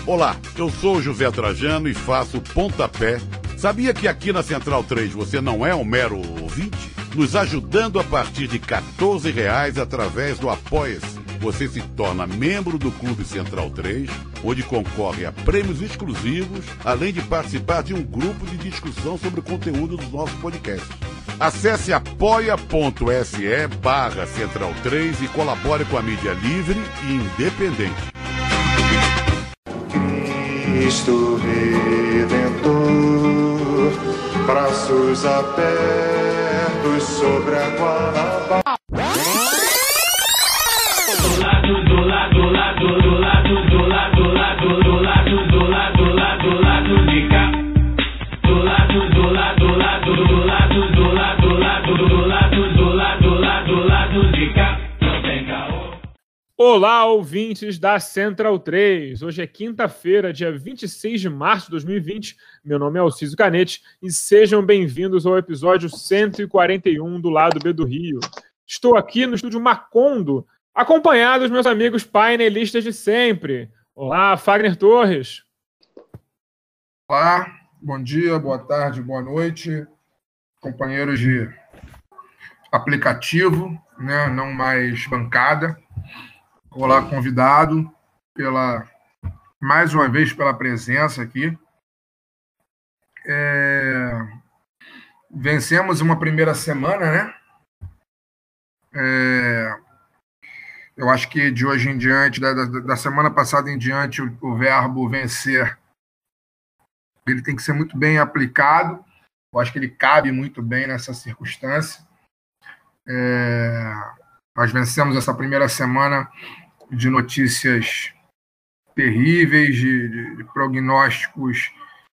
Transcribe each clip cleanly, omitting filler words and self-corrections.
Olá, eu sou o José Trajano e faço Pontapé. Sabia que aqui na Central 3 você não é um mero ouvinte? Nos ajudando a partir de R$14 através do Apoia-se. Você se torna membro do Clube Central 3, onde concorre a prêmios exclusivos, além de participar de um grupo de discussão sobre o conteúdo dos nossos podcasts. Acesse apoia.se/Central 3 e colabore com a mídia livre e independente. Cristo Redentor, braços abertos sobre a Guanabara. Olá, ouvintes da Central 3. Hoje é quinta-feira, dia 26 de março de 2020. Meu nome é Alciso Canete e sejam bem-vindos ao episódio 141 do Lado B do Rio. Estou aqui no estúdio Macondo, acompanhado dos meus amigos painelistas de sempre. Olá, Fagner Torres. Olá, bom dia, boa tarde, boa noite, companheiros de aplicativo, né, não mais bancada. Olá, convidado, mais uma vez pela presença aqui. Vencemos uma primeira semana, né? Eu acho que de hoje em diante, da semana passada em diante, o verbo vencer, ele tem que ser muito bem aplicado. Eu acho que ele cabe muito bem nessa circunstância. Nós vencemos essa primeira semana de notícias terríveis, de prognósticos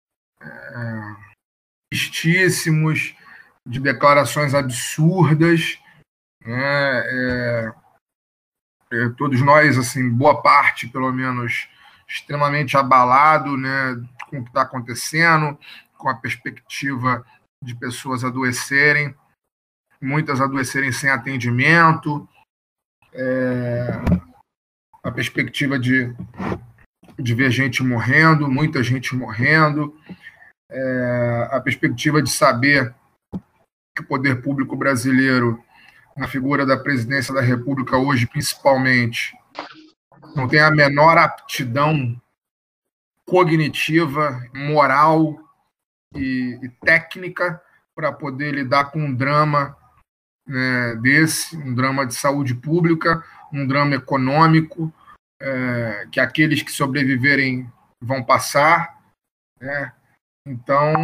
tristíssimos, de declarações absurdas, né? Todos nós, assim, boa parte, pelo menos, extremamente abalado, né, com o que está acontecendo, com a perspectiva de pessoas adoecerem, muitas adoecerem sem atendimento, a perspectiva de ver gente morrendo, muita gente morrendo, a perspectiva de saber que o poder público brasileiro, na figura da presidência da República hoje, principalmente, não tem a menor aptidão cognitiva, moral e técnica para poder lidar com um drama, né, desse, um drama de saúde pública, um drama econômico, que aqueles que sobreviverem vão passar, né? Então,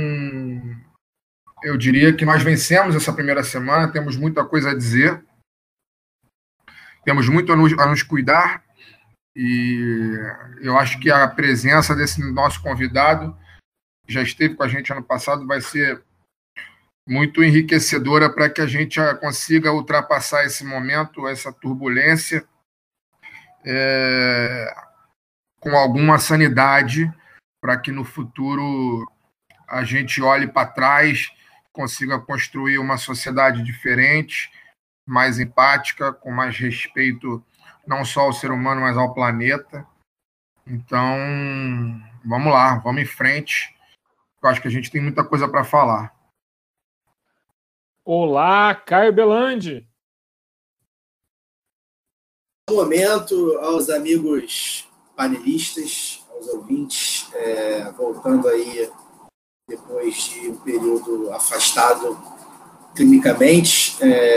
eu diria que nós vencemos essa primeira semana, temos muita coisa a dizer, temos muito a nos cuidar, e eu acho que a presença desse nosso convidado, que já esteve com a gente ano passado, vai ser muito enriquecedora para que a gente consiga ultrapassar esse momento, essa turbulência, com alguma sanidade, para que no futuro a gente olhe para trás, consiga construir uma sociedade diferente, mais empática, com mais respeito não só ao ser humano, mas ao planeta. Então, vamos lá, vamos em frente. Eu acho que a gente tem muita coisa para falar. Olá, Caio Belandi. Um momento aos amigos panelistas, aos ouvintes, voltando aí depois de um período afastado clinicamente,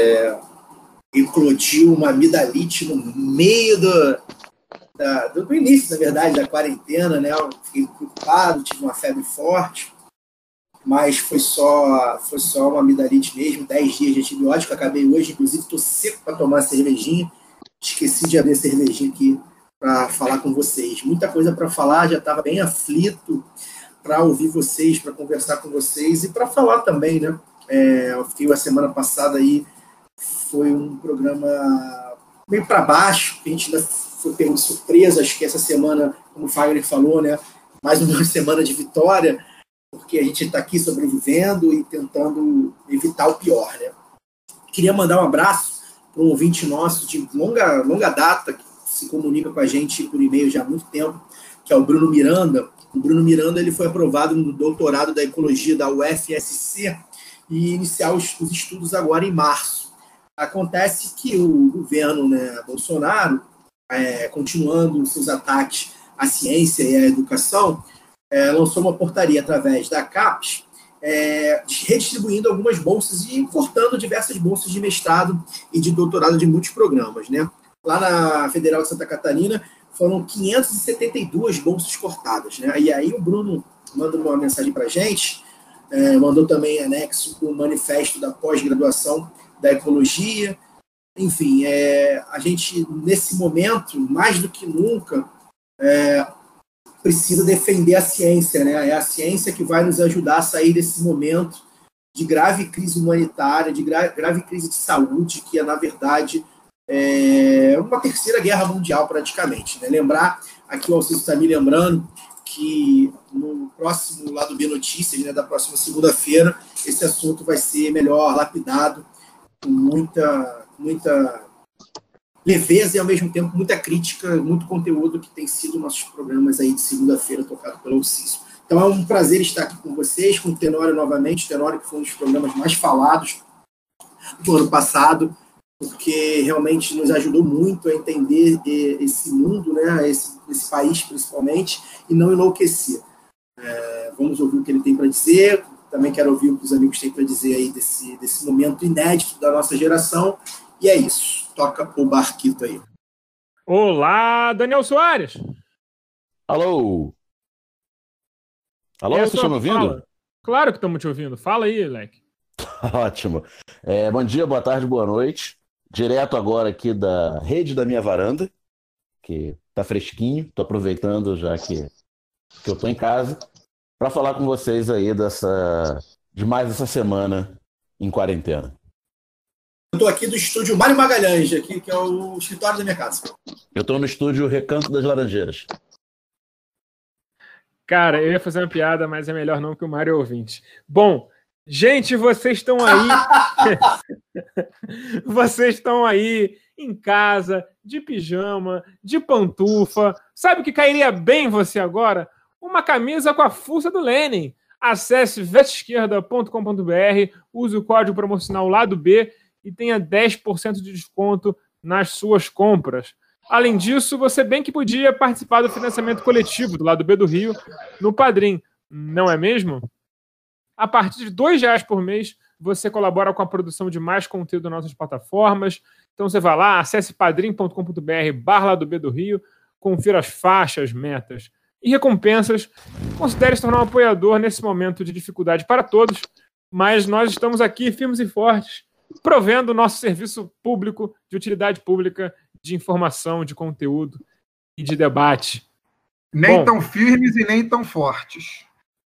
eclodiu uma amidalite no meio do início, na verdade, da quarentena, né? Eu fiquei preocupado, tive uma febre forte, mas foi só uma amidalite mesmo, 10 dias de antibiótico, acabei hoje, inclusive estou seco para tomar cervejinha, esqueci de abrir a cervejinha aqui para falar com vocês. Muita coisa para falar, já estava bem aflito para ouvir vocês, para conversar com vocês e para falar também, né? Eu fiquei a semana passada aí, foi um programa meio para baixo, a gente ainda foi pego de surpresa, acho que essa semana, como o Fagner falou, né? Mais uma semana de vitória, porque a gente está aqui sobrevivendo e tentando evitar o pior, né? Queria mandar um abraço para um ouvinte nosso de longa data, que se comunica com a gente por e-mail já há muito tempo, que é o Bruno Miranda. O Bruno Miranda ele foi aprovado no doutorado da Ecologia da UFSC e iniciar os estudos agora em março. Acontece que o governo, né, Bolsonaro, continuando seus ataques à ciência e à educação, lançou uma portaria através da CAPES, redistribuindo algumas bolsas e cortando diversas bolsas de mestrado e de doutorado de muitos programas, né? Lá na Federal de Santa Catarina foram 572 bolsas cortadas, né? E aí o Bruno manda uma mensagem para a gente, mandou também anexo o manifesto da pós-graduação da ecologia. Enfim, a gente, nesse momento, mais do que nunca, precisa defender a ciência, né? É a ciência que vai nos ajudar a sair desse momento de grave crise humanitária, de grave crise de saúde, que é, na verdade, uma terceira guerra mundial, praticamente, né? Lembrar, aqui o Alciso está me lembrando, que no próximo Lado B Notícias, né, da próxima segunda-feira, esse assunto vai ser melhor lapidado, com muita leveza e, ao mesmo tempo, muita crítica, muito conteúdo que tem sido nossos programas aí de segunda-feira, tocado pelo Alciso. Então é um prazer estar aqui com vocês, com o Tenório novamente, o Tenório que foi um dos programas mais falados do ano passado, porque realmente nos ajudou muito a entender esse mundo, né, esse país principalmente, e não enlouquecer. Vamos ouvir o que ele tem para dizer, também quero ouvir o que os amigos têm para dizer aí desse momento inédito da nossa geração, e é isso. Toca o barquito aí. Olá, Daniel Soares. Alô? Alô, vocês estão me ouvindo? Fala. Claro que estamos te ouvindo. Fala aí, Leque. Ótimo. Bom dia, boa tarde, boa noite. Direto agora aqui da rede da minha varanda, que tá fresquinho. Tô aproveitando já que eu tô em casa, para falar com vocês aí de mais essa semana em quarentena. Eu estou aqui do estúdio Mário Magalhães, aqui, que é o escritório da minha casa. Eu estou no estúdio Recanto das Laranjeiras. Cara, eu ia fazer uma piada, mas é melhor não, que o Mário é ouvinte. Bom, gente, vocês estão aí... vocês estão aí em casa, de pijama, de pantufa. Sabe o que cairia bem em você agora? Uma camisa com a fuça do Lenin. Acesse vesteesquerda.com.br, use o código promocional Lado B e tenha 10% de desconto nas suas compras. Além disso, você bem que podia participar do financiamento coletivo do Lado B do Rio no Padrim, não é mesmo? A partir de R$2 por mês, você colabora com a produção de mais conteúdo nas nossas plataformas. Então você vai lá, acesse padrim.com.br/Lado B do Rio, confira as faixas, metas e recompensas. Considere se tornar um apoiador nesse momento de dificuldade para todos, mas nós estamos aqui firmes e fortes, provendo o nosso serviço público, de utilidade pública, de informação, de conteúdo e de debate. Nem tão firmes e nem tão fortes.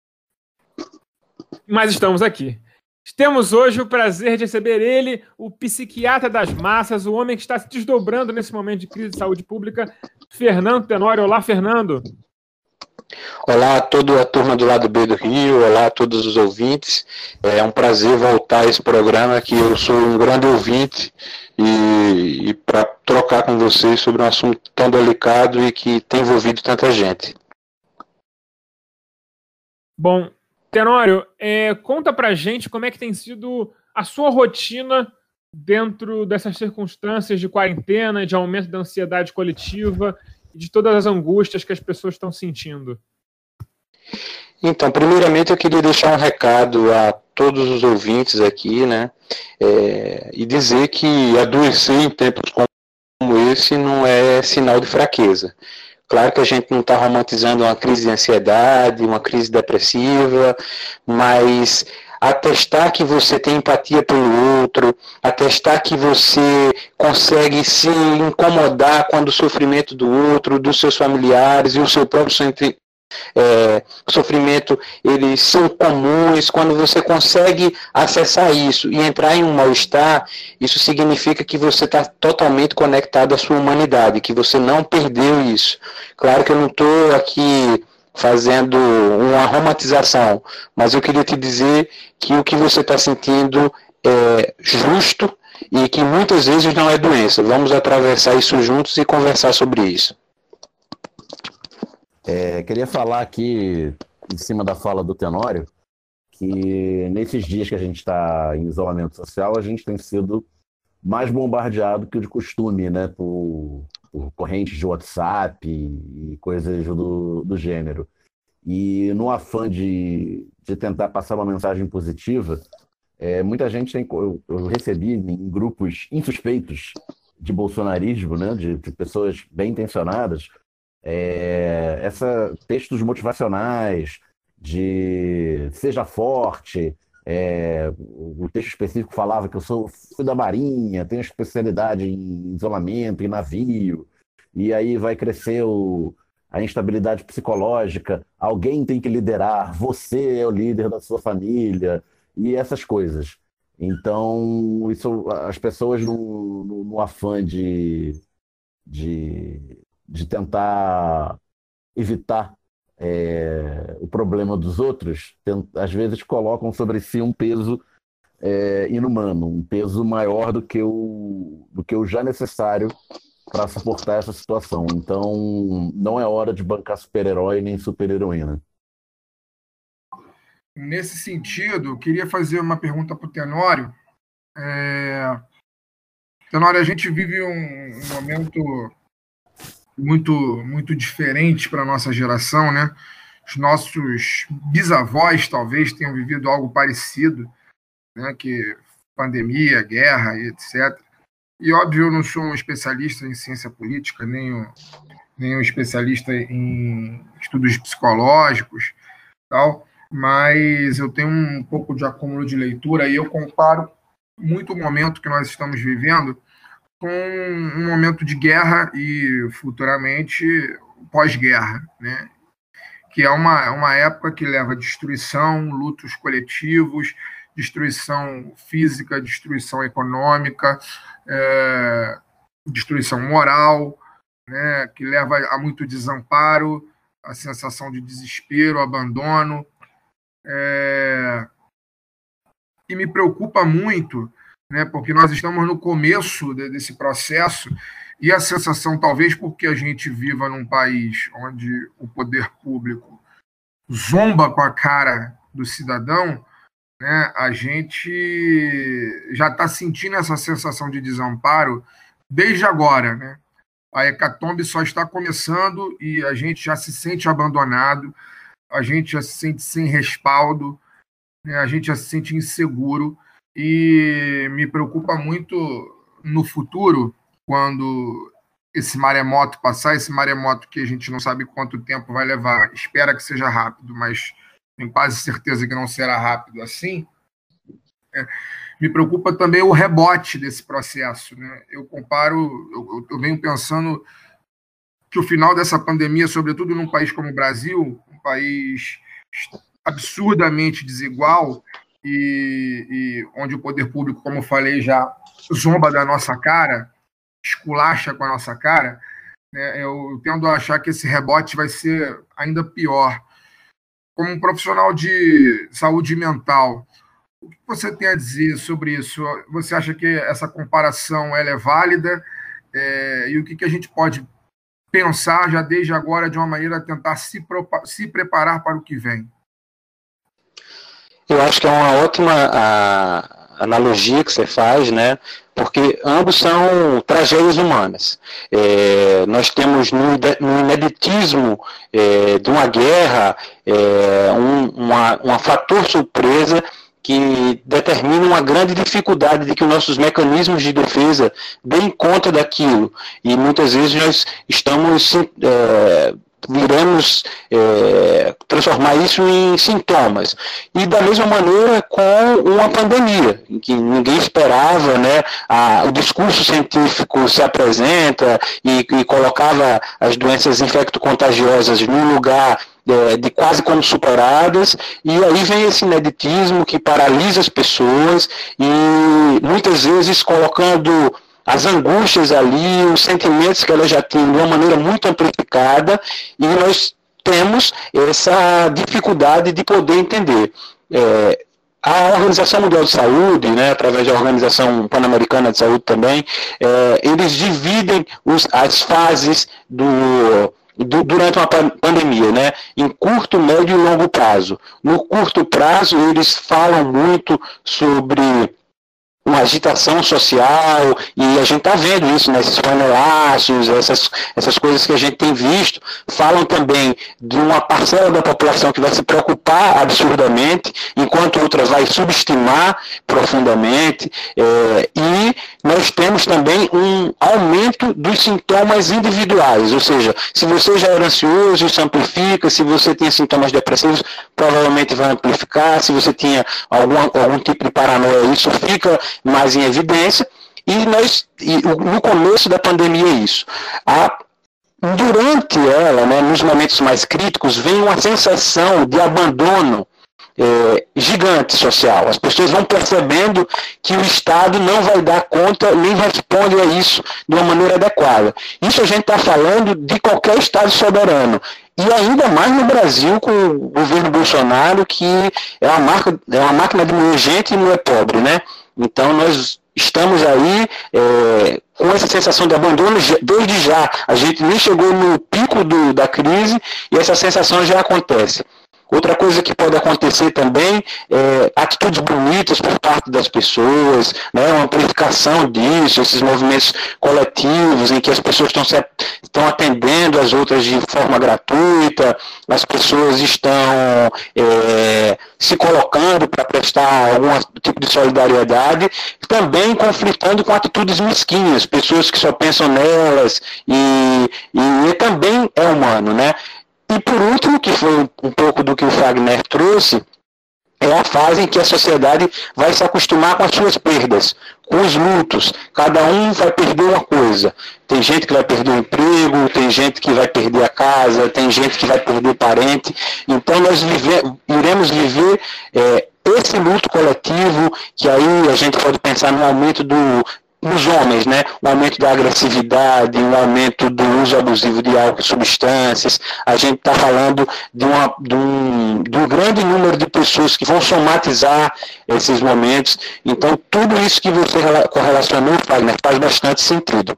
Mas estamos aqui. Temos hoje o prazer de receber ele, o psiquiatra das massas, o homem que está se desdobrando nesse momento de crise de saúde pública, Fernando Tenório. Olá, Fernando. Olá a toda a turma do Lado B do Rio, olá a todos os ouvintes. É um prazer voltar a esse programa, que eu sou um grande ouvinte, e para trocar com vocês sobre um assunto tão delicado e que tem envolvido tanta gente. Bom, Tenório, conta pra gente como é que tem sido a sua rotina dentro dessas circunstâncias de quarentena, de aumento da ansiedade coletiva e de todas as angústias que as pessoas estão sentindo. Então, primeiramente eu queria deixar um recado a todos os ouvintes aqui, né, e dizer que adoecer em tempos como esse não é sinal de fraqueza. Claro que a gente não está romantizando uma crise de ansiedade, uma crise depressiva, mas atestar que você tem empatia pelo outro, atestar que você consegue se incomodar quando o sofrimento do outro, dos seus familiares e o seu próprio sofrimento, eles são comuns. Quando você consegue acessar isso e entrar em um mal-estar, isso significa que você está totalmente conectado à sua humanidade, que você não perdeu isso. Claro que eu não estou aqui fazendo uma romantização, mas eu queria te dizer que o que você está sentindo é justo e que muitas vezes não é doença. Vamos atravessar isso juntos e conversar sobre isso. Queria falar aqui, em cima da fala do Tenório, que nesses dias que a gente está em isolamento social, a gente tem sido mais bombardeado que o de costume, né? Por correntes de WhatsApp e coisas do gênero. E no afã de tentar passar uma mensagem positiva, muita gente tem. Eu recebi em grupos insuspeitos de bolsonarismo, né? De pessoas bem intencionadas, textos motivacionais de seja forte. O texto específico falava que fui da Marinha, tenho especialidade em isolamento, em navio, e aí vai crescer a instabilidade psicológica, alguém tem que liderar, você é o líder da sua família, e essas coisas. Então, isso, as pessoas no afã de tentar evitar o problema dos outros, às vezes colocam sobre si um peso inumano, um peso maior do que o já necessário para suportar essa situação. Então, não é hora de bancar super-herói nem super-heroína. Nesse sentido, eu queria fazer uma pergunta para o Tenório. Tenório, a gente vive um momento muito diferente para a nossa geração, né? Os nossos bisavós talvez tenham vivido algo parecido, né? Que pandemia, guerra e etc. E, óbvio, eu não sou um especialista em ciência política, nem um especialista em estudos psicológicos, tal, mas eu tenho um pouco de acúmulo de leitura e eu comparo muito o momento que nós estamos vivendo com um momento de guerra e, futuramente, pós-guerra, né? Que é uma época que leva a destruição, lutos coletivos, destruição física, destruição econômica, destruição moral, né? Que leva a muito desamparo, a sensação de desespero, abandono. E me preocupa muito, né, porque nós estamos no começo desse processo e a sensação, talvez porque a gente viva num país onde o poder público zomba com a cara do cidadão, né, a gente já está sentindo essa sensação de desamparo desde agora, né? A hecatombe só está começando e a gente já se sente abandonado, a gente já se sente sem respaldo, né, a gente já se sente inseguro. E me preocupa muito no futuro, quando esse maremoto passar, esse maremoto que a gente não sabe quanto tempo vai levar, espera que seja rápido, mas tenho quase certeza que não será rápido assim. Me preocupa também o rebote desse processo, né? Eu venho pensando que o final dessa pandemia, sobretudo num país como o Brasil, um país absurdamente desigual, e onde o poder público, como eu falei já, zomba da nossa cara, esculacha com a nossa cara, né, eu tendo a achar que esse rebote vai ser ainda pior. Como um profissional de saúde mental, o que você tem a dizer sobre isso? Você acha que essa comparação ela é válida? E o que a gente pode pensar já desde agora de uma maneira a tentar se preparar para o que vem? Eu acho que é uma ótima analogia que você faz, né? Porque ambos são tragédias humanas. Nós temos no ineditismo de uma guerra um fator surpresa que determina uma grande dificuldade de que os nossos mecanismos de defesa deem conta daquilo. E muitas vezes nós iremos transformar isso em sintomas. E da mesma maneira com uma pandemia, em que ninguém esperava, né? O discurso científico se apresenta e colocava as doenças infecto-contagiosas num lugar de quase como superadas, e aí vem esse ineditismo que paralisa as pessoas e muitas vezes colocando as angústias ali, os sentimentos que ela já tinha de uma maneira muito amplificada, e nós temos essa dificuldade de poder entender. A Organização Mundial de Saúde, né, através da Organização Pan-Americana de Saúde também, eles dividem as fases durante uma pandemia, né? Em curto, médio e longo prazo. No curto prazo, eles falam muito sobre uma agitação social, e a gente está vendo isso, né, esses panelácios, essas coisas que a gente tem visto, falam também de uma parcela da população que vai se preocupar absurdamente, enquanto outra vai subestimar profundamente, e nós temos também um aumento dos sintomas individuais, ou seja, se você já era ansioso, isso amplifica, se você tinha sintomas depressivos, provavelmente vai amplificar, se você tinha algum tipo de paranoia, isso fica mais em evidência, e no começo da pandemia isso. Durante ela, né, nos momentos mais críticos, vem uma sensação de abandono gigante social. As pessoas vão percebendo que o Estado não vai dar conta, nem responde a isso de uma maneira adequada. Isso a gente está falando de qualquer Estado soberano. E ainda mais no Brasil, com o governo Bolsonaro, que é uma máquina de moer gente e não é pobre, né? Então, nós estamos aí com essa sensação de abandono desde já. A gente nem chegou no pico da crise e essa sensação já acontece. Outra coisa que pode acontecer também é atitudes bonitas por parte das pessoas, né, uma amplificação disso, esses movimentos coletivos em que as pessoas estão atendendo as outras de forma gratuita, as pessoas estão se colocando para prestar algum tipo de solidariedade, também conflitando com atitudes mesquinhas, pessoas que só pensam nelas, e também é humano, né? E por último, que foi um pouco do que o Fagner trouxe, é a fase em que a sociedade vai se acostumar com as suas perdas, com os lutos. Cada um vai perder uma coisa. Tem gente que vai perder o emprego, tem gente que vai perder a casa, tem gente que vai perder parente. Então nós iremos viver esse luto coletivo, que aí a gente pode pensar no aumento nos homens, né? Um aumento da agressividade, um aumento do uso abusivo de álcool e substâncias. A gente está falando de um grande número de pessoas que vão somatizar esses momentos. Então, tudo isso que você correlacionou, Fagner, faz bastante sentido.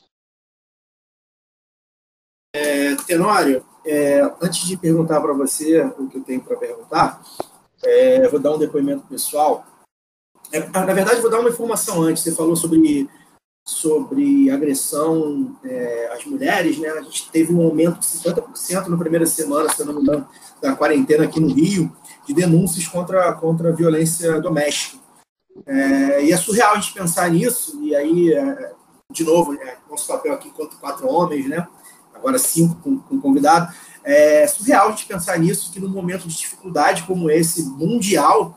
Tenório, antes de perguntar para você o que eu tenho para perguntar, eu vou dar um depoimento pessoal. Na verdade, vou dar uma informação antes. Você falou sobre agressão às mulheres, né? A gente teve um aumento de 50% na primeira semana, se eu não me engano, da quarentena aqui no Rio, de denúncias contra a violência doméstica. E é surreal a gente pensar nisso, e aí, de novo, nosso papel aqui enquanto 4 homens, né? Agora 5 com convidado. É surreal a gente pensar nisso, que num momento de dificuldade como esse, mundial,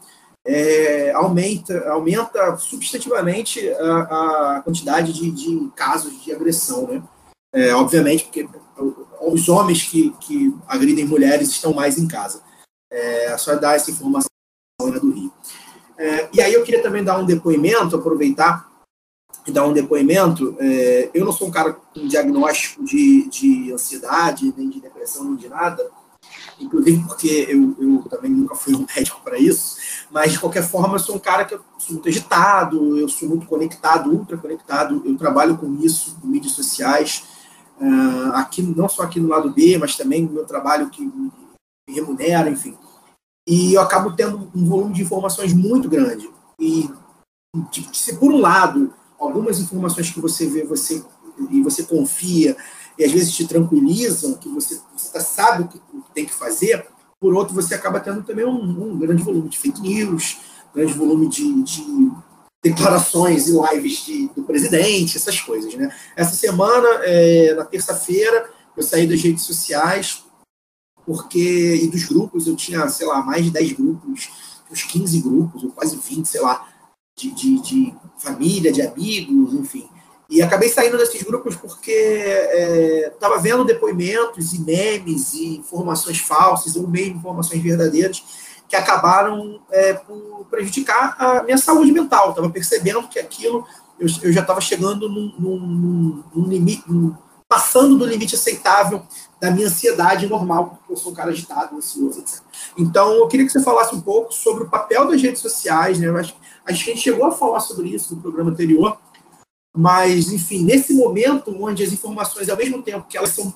aumenta substantivamente a quantidade de casos de agressão, né? Obviamente, porque os homens que agridem mulheres estão mais em casa. Só dar essa informação do Rio. E aí eu queria também dar um depoimento, aproveitar e dar um depoimento. Eu não sou um cara com diagnóstico de ansiedade, nem de depressão, nem de nada, inclusive porque eu também nunca fui um médico para isso, mas de qualquer forma eu sou um cara que eu sou muito agitado, eu sou muito conectado, ultra conectado, eu trabalho com isso, com mídias sociais, aqui, não só aqui no lado B, mas também no meu trabalho que me remunera, enfim. E eu acabo tendo um volume de informações muito grande. E se por um lado, algumas informações que você vê, você confia, e às vezes te tranquilizam, que você sabe o que tem que fazer, por outro, você acaba tendo também um grande volume de fake news, grande volume de declarações e lives do presidente, essas coisas, né? Essa semana, na terça-feira, eu saí das redes sociais, e dos grupos, eu tinha, sei lá, mais de 10 grupos, uns 15 grupos, ou quase 20, sei lá, de família, de amigos, enfim. E acabei saindo desses grupos porque estava vendo depoimentos e memes e informações falsas, ou mesmo informações verdadeiras, que acabaram por prejudicar a minha saúde mental. Estava percebendo que aquilo, eu já estava chegando num limite, passando do limite aceitável da minha ansiedade normal, porque eu sou um cara agitado, ansioso, etc. Então, eu queria que você falasse um pouco sobre o papel das redes sociais, né? Acho que a gente chegou a falar sobre isso no programa anterior, mas, enfim, nesse momento onde as informações, ao mesmo tempo que elas são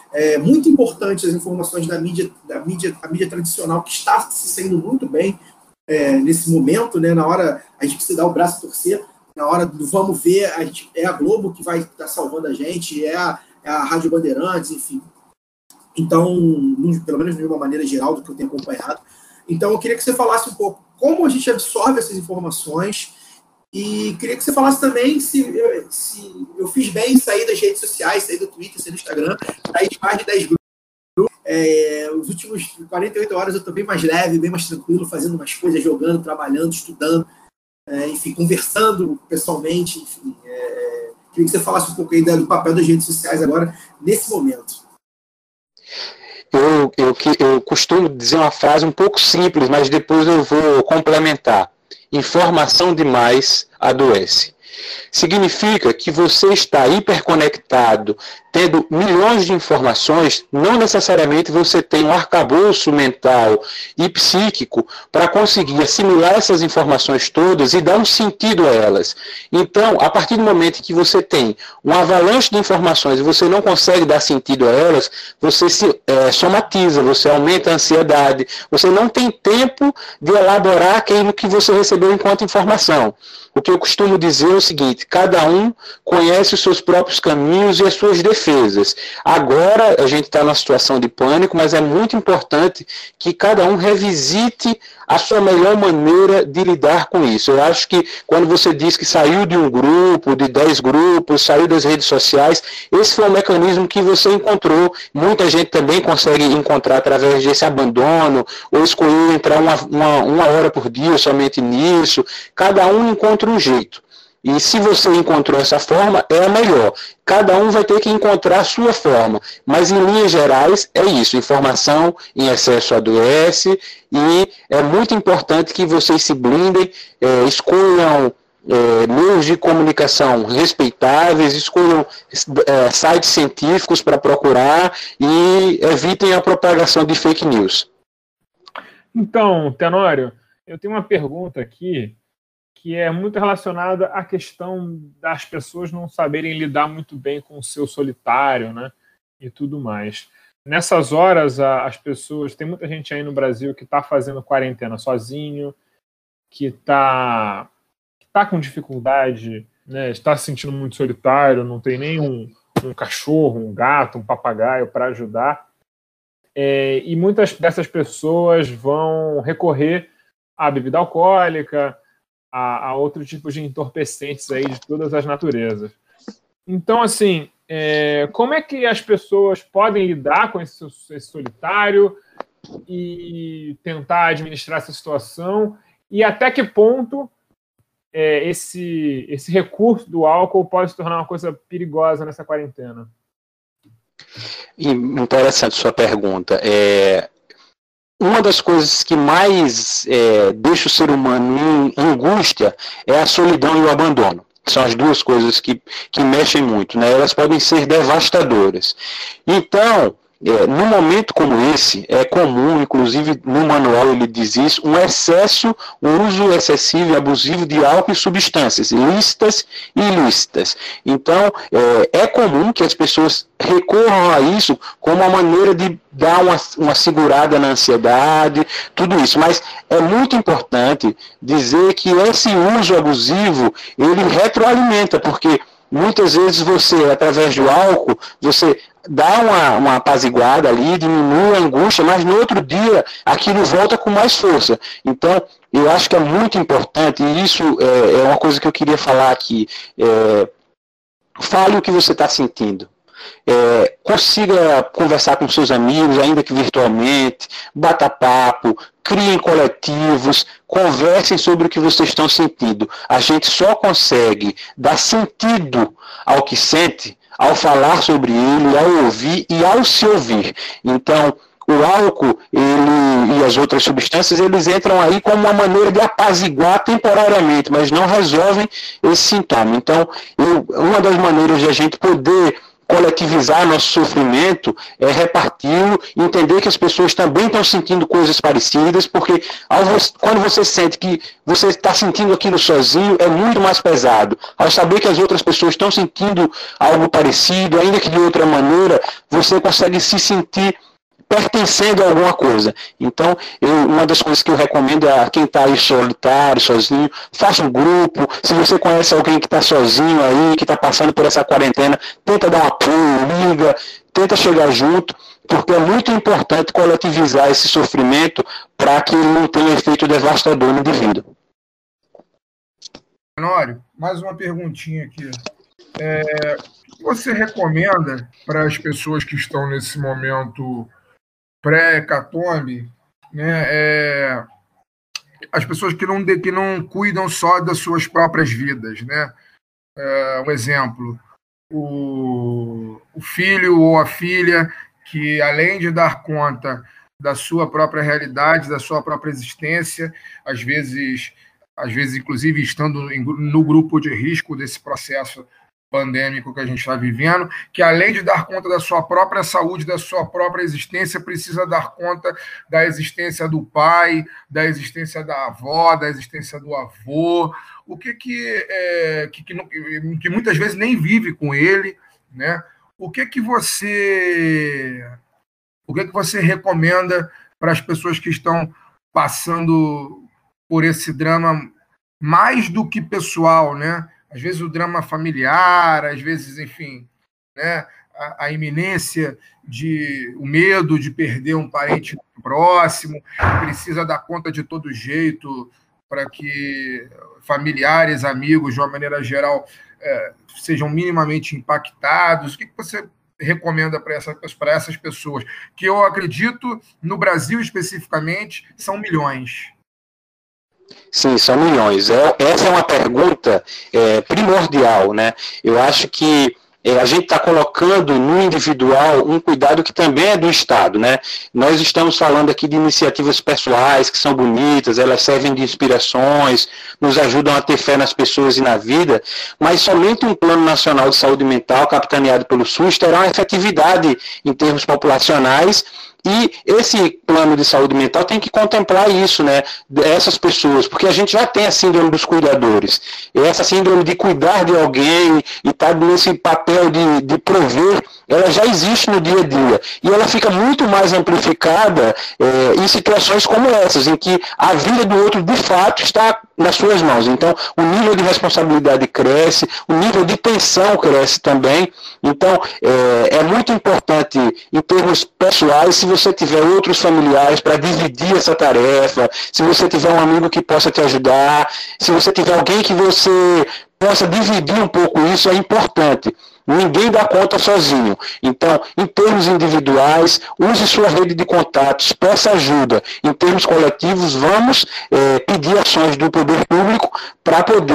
Muito importante as informações da mídia tradicional, que está se saindo muito bem nesse momento, né? Na hora a gente precisa dar o braço a torcer, na hora do vamos ver, é a Globo que vai estar salvando a gente, é a Rádio Bandeirantes, enfim. Então, pelo menos de uma maneira geral do que eu tenho acompanhado. Então, eu queria que você falasse um pouco como a gente absorve essas informações e queria que você falasse também se eu fiz bem em sair das redes sociais, sair do Twitter, sair do Instagram, sair de mais de 10 grupos. Os últimos 48 horas eu estou bem mais leve, bem mais tranquilo, fazendo umas coisas, jogando, trabalhando, estudando, enfim, conversando pessoalmente. Enfim, queria que você falasse um pouco aí do papel das redes sociais agora, nesse momento. Eu costumo dizer uma frase um pouco simples, mas depois eu vou complementar. Informação demais adoece. Significa que você está hiperconectado, tendo milhões de informações, não necessariamente você tem um arcabouço mental e psíquico para conseguir assimilar essas informações todas e dar um sentido a elas. Então, a partir do momento que você tem um avalanche de informações e você não consegue dar sentido a elas, você se somatiza, você aumenta a ansiedade, você não tem tempo de elaborar aquilo que você recebeu enquanto informação. O que eu costumo dizer é o seguinte: cada um conhece os seus próprios caminhos e as suas defesas. Agora a gente está numa situação de pânico, mas é muito importante que cada um revisite a sua melhor maneira de lidar com isso. Eu acho que quando você diz que saiu de um grupo, de 10 grupos, saiu das redes sociais, esse foi o mecanismo que você encontrou. Muita gente também consegue encontrar através desse abandono, ou escolher entrar uma hora por dia somente nisso. Cada um encontra um jeito. E se você encontrou essa forma, é a melhor. Cada um vai ter que encontrar a sua forma. Mas, em linhas gerais, é isso. Informação em excesso adoece. E é muito importante que vocês se blindem, escolham meios de comunicação respeitáveis, escolham sites científicos para procurar e evitem a propagação de fake news. Então, Tenório, eu tenho uma pergunta aqui que é muito relacionada à questão das pessoas não saberem lidar muito bem com o seu solitário, né, e tudo mais. Nessas horas, as pessoas... Tem muita gente aí no Brasil que está fazendo quarentena sozinho, que está com dificuldade, né, está se sentindo muito solitário, não tem nem um cachorro, um gato, um papagaio para ajudar. E muitas dessas pessoas vão recorrer à bebida alcoólica, a outro tipo de entorpecentes aí de todas as naturezas. Então, assim, como é que as pessoas podem lidar com esse solitário e tentar administrar essa situação? E até que ponto esse recurso do álcool pode se tornar uma coisa perigosa nessa quarentena? Interessante sua pergunta. Uma das coisas que mais deixa o ser humano em angústia é a solidão e o abandono. São as duas coisas que mexem muito, né? Elas podem ser devastadoras. Então, num momento como esse, é comum, inclusive no manual ele diz isso, um uso excessivo e abusivo de álcool e substâncias, lícitas e ilícitas. Então, é comum que as pessoas recorram a isso como uma maneira de dar uma segurada na ansiedade, tudo isso. Mas é muito importante dizer que esse uso abusivo, ele retroalimenta, porque muitas vezes você, através do álcool, você dá uma apaziguada ali, diminui a angústia, mas no outro dia aquilo volta com mais força. Então, eu acho que é muito importante, e isso é uma coisa que eu queria falar aqui. Fale o que você está sentindo. Consiga conversar com seus amigos, ainda que virtualmente, bata papo, criem coletivos, conversem sobre o que vocês estão sentindo. A gente só consegue dar sentido ao que sente ao falar sobre ele, ao ouvir e ao se ouvir. Então, o álcool e as outras substâncias, eles entram aí como uma maneira de apaziguar temporariamente, mas não resolvem esse sintoma. Então, uma das maneiras de a gente poder coletivizar nosso sofrimento é reparti-lo, entender que as pessoas também estão sentindo coisas parecidas, porque quando você sente que você está sentindo aquilo sozinho, é muito mais pesado. Ao saber que as outras pessoas estão sentindo algo parecido, ainda que de outra maneira, você consegue se sentir pertencendo a alguma coisa. Então, uma das coisas que eu recomendo a quem está aí solitário, sozinho, faça um grupo. Se você conhece alguém que está sozinho aí, que está passando por essa quarentena, tenta dar um apoio, liga, tenta chegar junto, porque é muito importante coletivizar esse sofrimento para que ele não tenha efeito devastador no indivíduo. Honório, mais uma perguntinha aqui. O que você recomenda para as pessoas que estão nesse momento pré-hecatombe, né, as pessoas que não cuidam só das suas próprias vidas, né? Um exemplo, o filho ou a filha que, além de dar conta da sua própria realidade, da sua própria existência, às vezes inclusive estando no grupo de risco desse processo pandêmico que a gente está vivendo, que além de dar conta da sua própria saúde, da sua própria existência, precisa dar conta da existência do pai, da existência da avó, da existência do avô, o que muitas vezes nem vive com ele, né? O que você recomenda para as pessoas que estão passando por esse drama mais do que pessoal, né? Às vezes o drama familiar, às vezes, enfim, né, a iminência o medo de perder um parente próximo, precisa dar conta de todo jeito para que familiares, amigos, de uma maneira geral, sejam minimamente impactados. O que você recomenda para essas pessoas? Que eu acredito, no Brasil especificamente, são milhões. Sim, são milhões. Essa é uma pergunta primordial, né? Eu acho que a gente está colocando no individual um cuidado que também é do Estado, né? Nós estamos falando aqui de iniciativas pessoais que são bonitas, elas servem de inspirações, nos ajudam a ter fé nas pessoas e na vida, mas somente um plano nacional de saúde mental, capitaneado pelo SUS, terá uma efetividade em termos populacionais. E esse plano de saúde mental tem que contemplar isso, né? Essas pessoas, porque a gente já tem a síndrome dos cuidadores. E essa síndrome de cuidar de alguém e estar nesse papel de prover, ela já existe no dia a dia. E ela fica muito mais amplificada em situações como essas, em que a vida do outro, de fato, está nas suas mãos. Então, o nível de responsabilidade cresce, o nível de tensão cresce também. Então, é muito importante, em termos pessoais, se você tiver outros familiares para dividir essa tarefa, se você tiver um amigo que possa te ajudar, se você tiver alguém que você possa dividir um pouco isso, é importante. Ninguém dá conta sozinho. Então, em termos individuais, use sua rede de contatos, peça ajuda. Em termos coletivos, vamos pedir ações do poder público para poder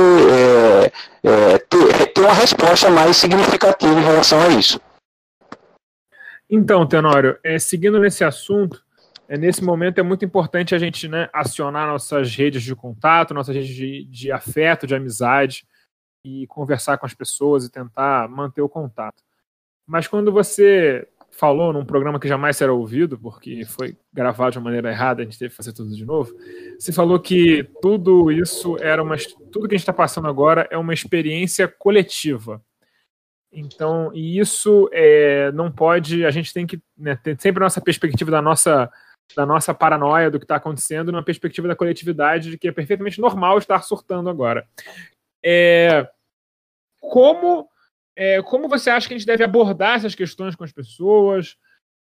ter uma resposta mais significativa em relação a isso. Então, Tenório, seguindo nesse assunto, nesse momento é muito importante a gente, né, acionar nossas redes de contato, nossas redes de afeto, de amizade, e conversar com as pessoas e tentar manter o contato. Mas quando você falou num programa que jamais será ouvido, porque foi gravado de uma maneira errada, a gente teve que fazer tudo de novo, você falou que tudo isso tudo que a gente está passando agora é uma experiência coletiva. Então, e isso não pode, a gente tem que, né, ter sempre a nossa perspectiva da nossa paranoia do que está acontecendo, numa perspectiva da coletividade, de que é perfeitamente normal estar surtando agora. Como você acha que a gente deve abordar essas questões com as pessoas?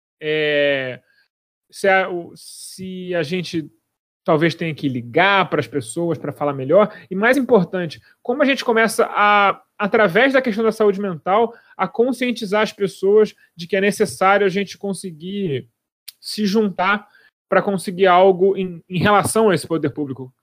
Se a gente talvez tenha que ligar para as pessoas para falar melhor, e mais importante, como a gente começa através da questão da saúde mental, a conscientizar as pessoas de que é necessário a gente conseguir se juntar para conseguir algo em relação a esse poder público.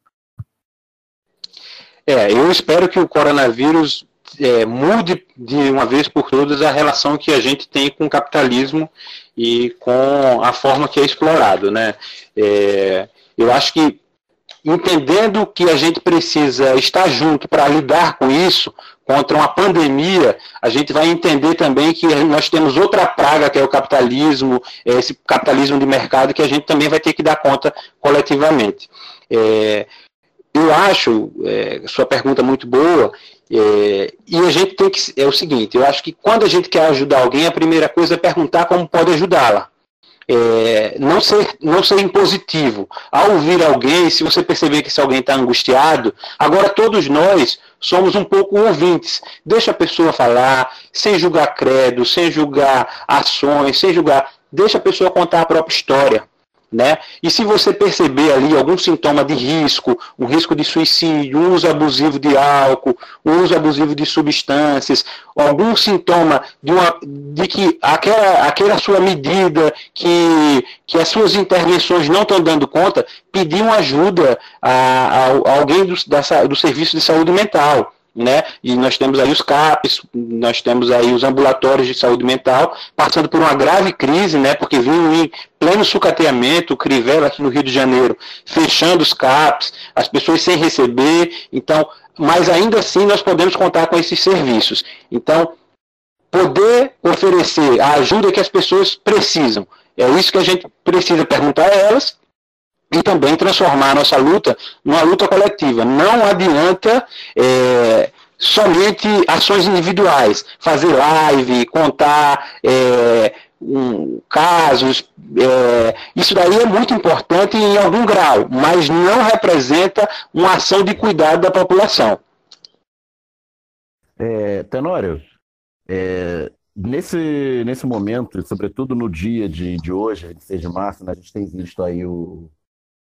Eu espero que o coronavírus mude de uma vez por todas a relação que a gente tem com o capitalismo e com a forma que é explorado, né? Eu acho que, entendendo que a gente precisa estar junto para lidar com isso, contra uma pandemia, a gente vai entender também que nós temos outra praga, que é o capitalismo, esse capitalismo de mercado, que a gente também vai ter que dar conta coletivamente. Eu acho, sua pergunta é muito boa, e a gente tem que, é o seguinte, eu acho que quando a gente quer ajudar alguém, a primeira coisa é perguntar como pode ajudá-la. Não ser impositivo. Ao ouvir alguém, se você perceber que esse alguém está angustiado, agora todos nós somos um pouco ouvintes. Deixa a pessoa falar, sem julgar credo, sem julgar ações, sem julgar. Deixa a pessoa contar a própria história. Né? E se você perceber ali algum sintoma de risco, um risco de suicídio, um uso abusivo de álcool, um uso abusivo de substâncias, algum sintoma de que aquela sua medida, que as suas intervenções não estão dando conta, pedir uma ajuda a alguém do serviço de saúde mental. Né? E nós temos aí os CAPs, nós temos aí os ambulatórios de saúde mental passando por uma grave crise, né? Porque vinham em pleno sucateamento, o Crivella aqui no Rio de Janeiro fechando os CAPs, as pessoas sem receber, então, mas ainda assim nós podemos contar com esses serviços. Então, poder oferecer a ajuda que as pessoas precisam, é isso que a gente precisa perguntar a elas, e também transformar a nossa luta numa luta coletiva. Não adianta somente ações individuais, fazer live, contar casos, isso daí é muito importante em algum grau, mas não representa uma ação de cuidado da população. Tenório, nesse momento, sobretudo no dia de hoje, 26 de março, né, a gente tem visto aí o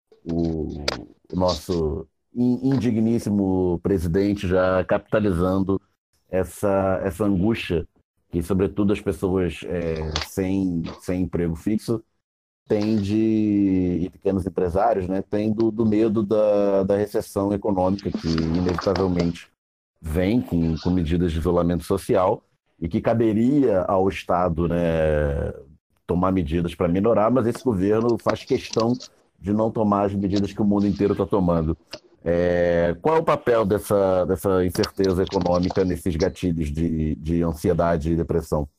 nosso indigníssimo presidente já capitalizando essa angústia que, sobretudo, as pessoas sem emprego fixo têm e pequenos empresários, né, têm do medo da recessão econômica que, inevitavelmente, vem com medidas de isolamento social e que caberia ao Estado, né, tomar medidas para minorar, mas esse governo faz questão de não tomar as medidas que o mundo inteiro está tomando. Qual é o papel dessa incerteza econômica nesses gatilhos de ansiedade e depressão?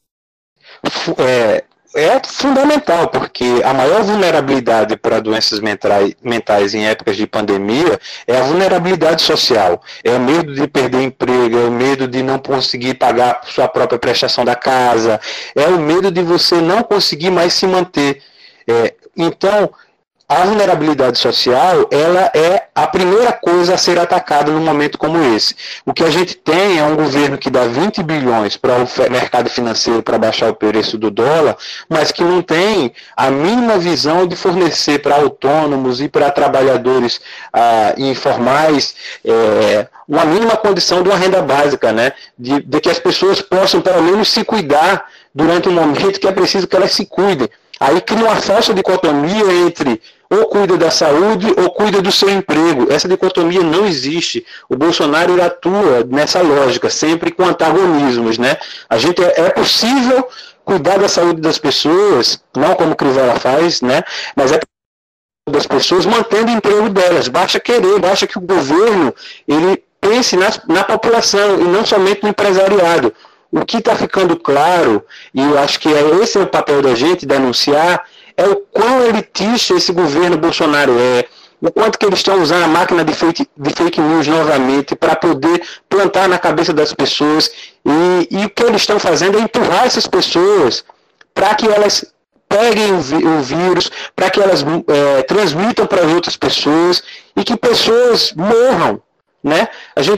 É fundamental, porque a maior vulnerabilidade para doenças mentais em épocas de pandemia é a vulnerabilidade social. É o medo de perder emprego, é o medo de não conseguir pagar sua própria prestação da casa, é o medo de você não conseguir mais se manter. Então, a vulnerabilidade social, ela é a primeira coisa a ser atacada num momento como esse. O que a gente tem é um governo que dá 20 bilhões para o mercado financeiro para baixar o preço do dólar, mas que não tem a mínima visão de fornecer para autônomos e para trabalhadores informais uma mínima condição de uma renda básica, né? De que as pessoas possam pelo menos se cuidar durante um momento que é preciso que elas se cuidem. Aí cria uma falsa dicotomia entre ou cuida da saúde ou cuida do seu emprego. Essa dicotomia não existe. O Bolsonaro atua nessa lógica, sempre com antagonismos, né? É possível cuidar da saúde das pessoas, não como o Crivella faz, né? Mas das pessoas mantendo o emprego delas. Basta querer, basta que o governo ele pense na população e não somente no empresariado. O que está ficando claro, e eu acho que esse é o papel da gente denunciar, é o quão elitista esse governo Bolsonaro é, o quanto que eles estão usando a máquina de fake news novamente para poder plantar na cabeça das pessoas, e o que eles estão fazendo é empurrar essas pessoas para que elas peguem o vírus, para que elas transmitam para outras pessoas e que pessoas morram. Né?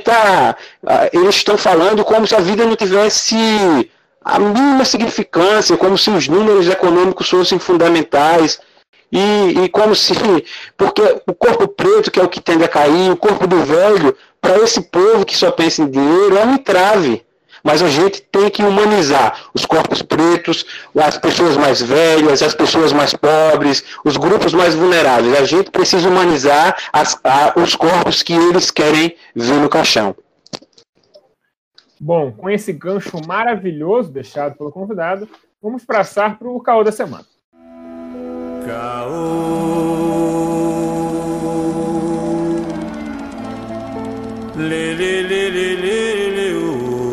Eles estão falando como se a vida não tivesse a mínima significância, como se os números econômicos fossem fundamentais e como se, porque o corpo preto, que é o que tende a cair, o corpo do velho, para esse povo que só pensa em dinheiro, é um entrave. Mas a gente tem que humanizar os corpos pretos, as pessoas mais velhas, as pessoas mais pobres, os grupos mais vulneráveis. A gente precisa humanizar os corpos que eles querem ver no caixão. Bom, com esse gancho maravilhoso deixado pelo convidado, vamos passar para o caô da semana. Caô. Lê, lê, lê, lê, lê, lê, oh.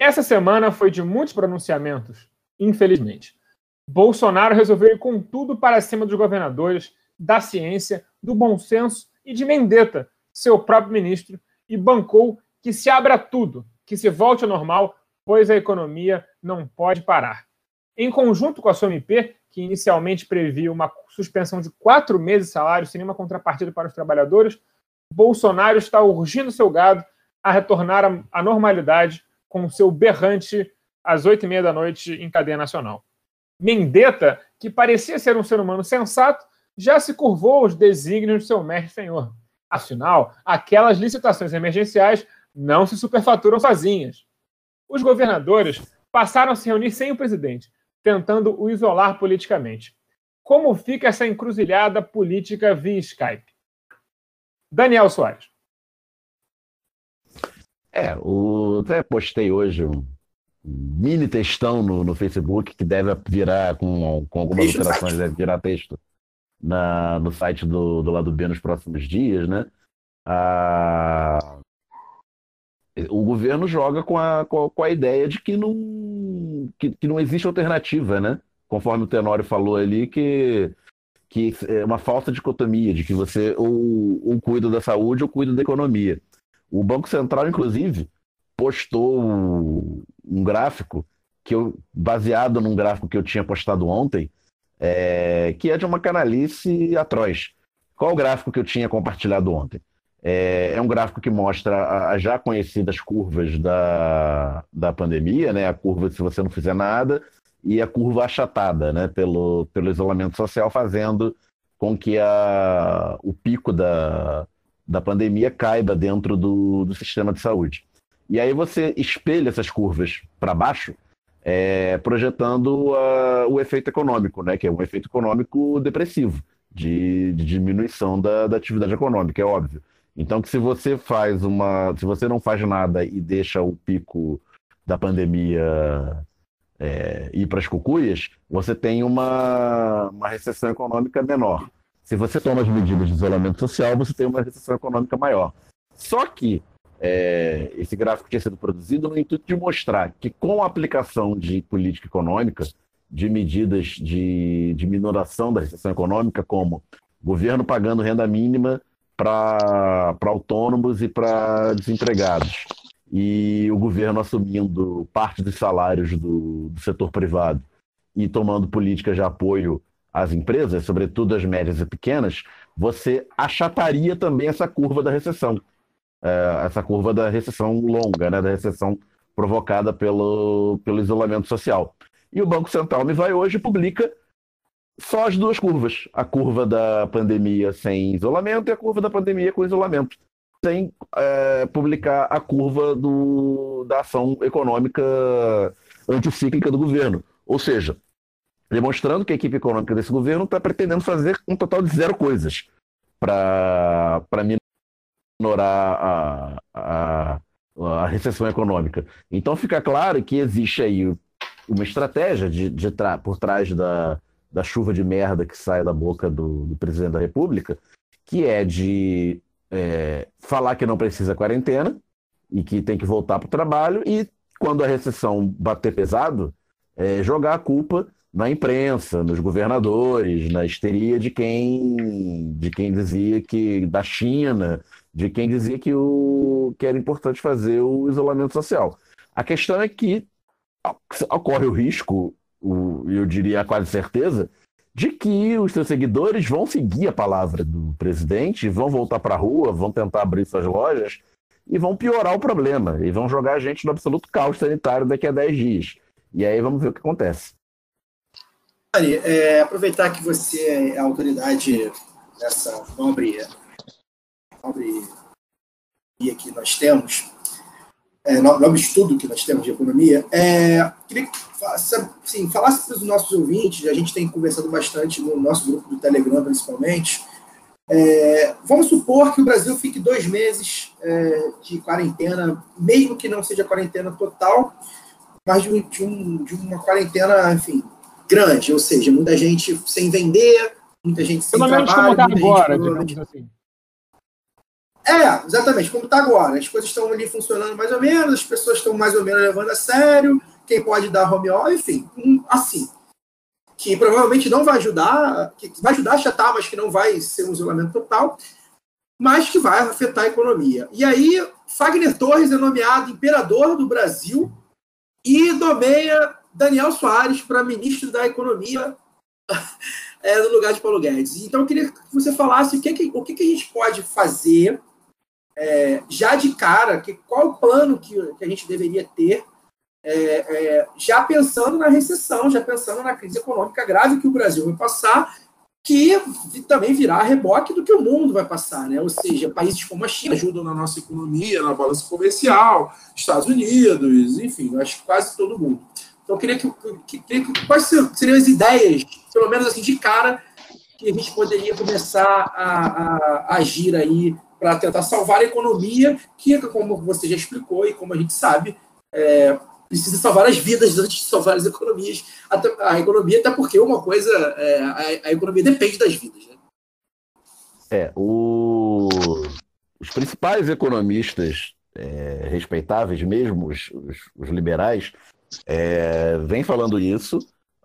Essa semana foi de muitos pronunciamentos, infelizmente. Bolsonaro resolveu ir com tudo para cima dos governadores, da ciência, do bom senso e de Mendieta, seu próprio ministro, e bancou que se abra tudo, que se volte ao normal, pois a economia não pode parar. Em conjunto com a sua MP, que inicialmente previa uma suspensão de 4 meses de salário sem nenhuma contrapartida para os trabalhadores, Bolsonaro está urgindo seu gado a retornar à normalidade com o seu berrante às 8h30 da noite em cadeia nacional. Mendieta, que parecia ser um ser humano sensato, já se curvou aos desígnios de seu mestre senhor. Afinal, aquelas licitações emergenciais não se superfaturam sozinhas. Os governadores passaram a se reunir sem o presidente, tentando o isolar politicamente. Como fica essa encruzilhada política via Skype? Daniel Soares. Até postei hoje um mini textão no Facebook que deve virar, com algumas alterações, deve virar texto no site do Lado B nos próximos dias, né? O governo joga com a ideia de que não existe alternativa, né? Conforme o Tenório falou ali, que é uma falsa dicotomia, de que você ou cuida da saúde ou cuida da economia. O Banco Central, inclusive, postou um gráfico baseado num gráfico que eu tinha postado ontem, que é de uma canalice atroz. Qual o gráfico que eu tinha compartilhado ontem? É um gráfico que mostra as já conhecidas curvas da pandemia, né? A curva se você não fizer nada e a curva achatada, né? Pelo isolamento social, fazendo com que o pico da pandemia caiba dentro do sistema de saúde. E aí você espelha essas curvas para baixo, projetando o efeito econômico, né? Que é um efeito econômico depressivo, de diminuição da atividade econômica, é óbvio. Então, que se você não faz nada e deixa o pico da pandemia ir para as cucuias, você tem uma recessão econômica menor. Se você toma as medidas de isolamento social, você tem uma recessão econômica maior. Só que esse gráfico tinha sido produzido no intuito de mostrar que, com a aplicação de política econômica, de medidas de minoração da recessão econômica, como governo pagando renda mínima para autônomos e para desempregados, e o governo assumindo parte dos salários do setor privado e tomando políticas de apoio às empresas, sobretudo as médias e pequenas, você achataria também essa curva da recessão. Essa curva da recessão longa, né, da recessão provocada pelo isolamento social. E o Banco Central me vai hoje e publica só as duas curvas. A curva da pandemia sem isolamento e a curva da pandemia com isolamento. Sem publicar a curva da ação econômica anticíclica do governo. Ou seja, demonstrando que a equipe econômica desse governo está pretendendo fazer um total de 0 coisas para minorar a recessão econômica. Então fica claro que existe aí uma estratégia por trás da chuva de merda que sai da boca do presidente da República, que é de falar que não precisa quarentena e que tem que voltar para o trabalho e, quando a recessão bater pesado, jogar a culpa na imprensa, nos governadores, na histeria de quem dizia que da China, de quem dizia que era importante fazer o isolamento social. A questão é que ocorre o risco, eu diria quase certeza, de que os seus seguidores vão seguir a palavra do presidente, vão voltar para a rua, vão tentar abrir suas lojas e vão piorar o problema, e vão jogar a gente no absoluto caos sanitário daqui a 10 dias. E aí vamos ver o que acontece. Ari, aproveitar que você é a autoridade dessa nobre guia que nós temos, nobre estudo que nós temos de economia, queria que falasse para os nossos ouvintes, a gente tem conversado bastante no nosso grupo do Telegram, principalmente. Vamos supor que o Brasil fique 2 meses de quarentena, mesmo que não seja quarentena total, mas de uma quarentena, enfim, grande, ou seja, muita gente sem vender, muita gente sem trabalho, muita gente provavelmente... Exatamente, como está agora. As coisas estão ali funcionando mais ou menos, as pessoas estão mais ou menos levando a sério, quem pode dar home office, enfim, assim, que provavelmente não vai ajudar, que vai ajudar a achatar, mas que não vai ser um isolamento total, mas que vai afetar a economia. E aí, Fagner Torres é nomeado imperador do Brasil e nomeia Daniel Soares para ministro da Economia no lugar de Paulo Guedes. Então, eu queria que você falasse o que a gente pode fazer já de cara, qual o plano que a gente deveria ter, já pensando na recessão, já pensando na crise econômica grave que o Brasil vai passar, que também virá reboque do que o mundo vai passar, né? Ou seja, países como a China ajudam na nossa economia, na balança comercial, Estados Unidos, enfim, acho que quase todo mundo. Então, eu queria quais seriam as ideias, pelo menos assim, de cara, que a gente poderia começar a agir aí para tentar salvar a economia, que, como você já explicou e como a gente sabe, precisa salvar as vidas antes de salvar as economias. A economia, até porque uma coisa, a economia depende das vidas. Né? Os principais economistas respeitáveis, mesmo os liberais, vêm falando isso.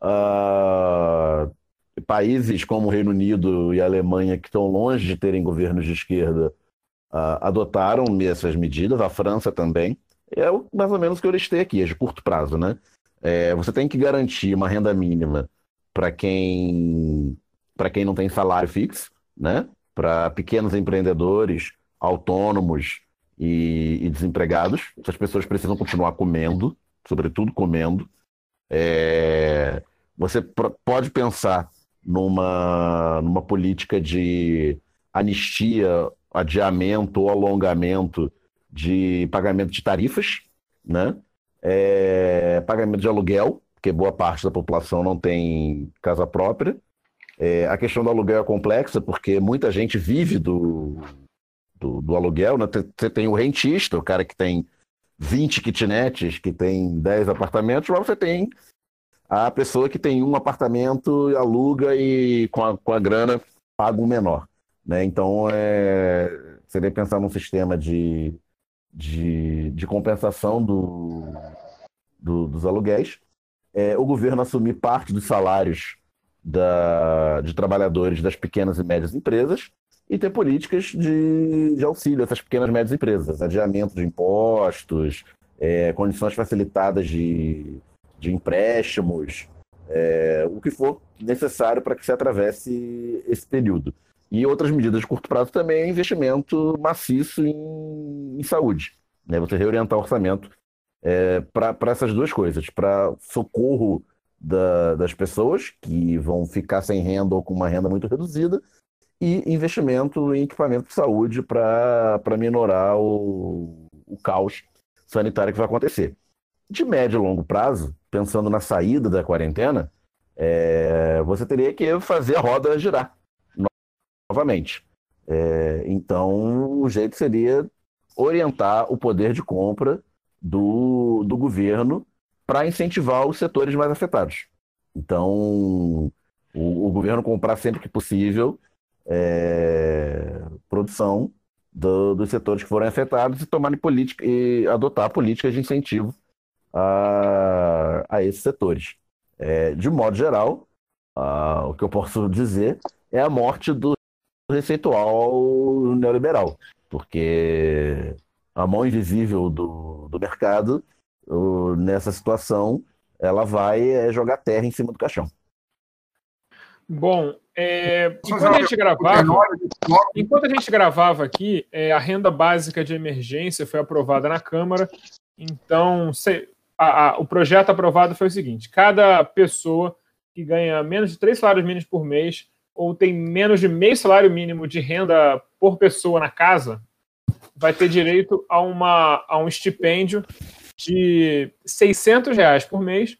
Países como o Reino Unido e a Alemanha, que estão longe de terem governos de esquerda, adotaram essas medidas, a França também. É mais ou menos o que eu listei aqui, é de curto prazo, né? Você tem que garantir uma renda mínima para quem não tem salário fixo, né? Para pequenos empreendedores, autônomos e desempregados. Essas pessoas precisam continuar comendo, sobretudo comendo. Você pode pensar numa política de anistia, adiamento ou alongamento de pagamento de tarifas, né? Pagamento de aluguel, porque boa parte da população não tem casa própria. A questão do aluguel é complexa, porque muita gente vive do aluguel, né? Você tem o rentista, o cara que tem 20 kitnets, que tem 10 apartamentos, mas você tem a pessoa que tem um apartamento, aluga e com a grana paga um menor, né? Então, você deve pensar num sistema de compensação dos aluguéis, o governo assumir parte dos salários de trabalhadores das pequenas e médias empresas e ter políticas de auxílio a essas pequenas e médias empresas, adiamento de impostos, condições facilitadas de empréstimos, o que for necessário para que se atravesse esse período. E outras medidas de curto prazo também é investimento maciço em saúde, né? Você reorientar o orçamento para essas duas coisas, para socorro das pessoas que vão ficar sem renda ou com uma renda muito reduzida, e investimento em equipamento de saúde para minorar o caos sanitário que vai acontecer. De médio e longo prazo, pensando na saída da quarentena, você teria que fazer a roda girar novamente. Então, o jeito seria orientar o poder de compra do governo para incentivar os setores mais afetados. Então, o governo comprar sempre que possível produção dos setores que forem afetados e adotar políticas de incentivo a esses setores. De modo geral, o que eu posso dizer é a morte do receitual neoliberal, porque a mão invisível do mercado, nessa situação, ela vai jogar terra em cima do caixão. Bom, enquanto a gente gravava aqui, a renda básica de emergência foi aprovada na Câmara. Então, o projeto aprovado foi o seguinte: cada pessoa que ganha menos de 3 salários mínimos por mês ou tem menos de meio salário mínimo de renda por pessoa na casa vai ter direito a um estipêndio de R$600 por mês,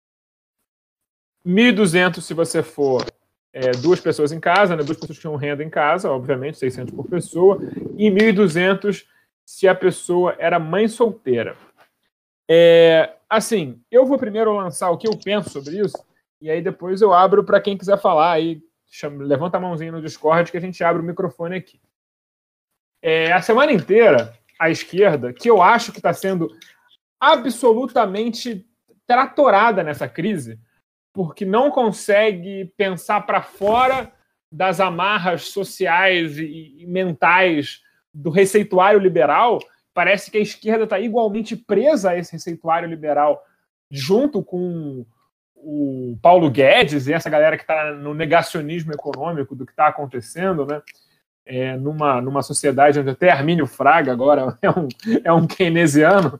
1.200 se você for duas pessoas em casa, né? Duas pessoas que tinham renda em casa, obviamente, 600 por pessoa, e 1.200 se a pessoa era mãe solteira. Assim, eu vou primeiro lançar o que eu penso sobre isso, e aí depois eu abro para quem quiser falar, aí levanta a mãozinha no Discord que a gente abre o microfone aqui. A semana inteira, a esquerda, que eu acho que está sendo absolutamente tratorada nessa crise, porque não consegue pensar para fora das amarras sociais e mentais do receituário liberal. Parece que a esquerda está igualmente presa a esse receituário liberal, junto com o Paulo Guedes e essa galera que está no negacionismo econômico do que está acontecendo, né? Numa sociedade onde até Armínio Fraga agora é um keynesiano.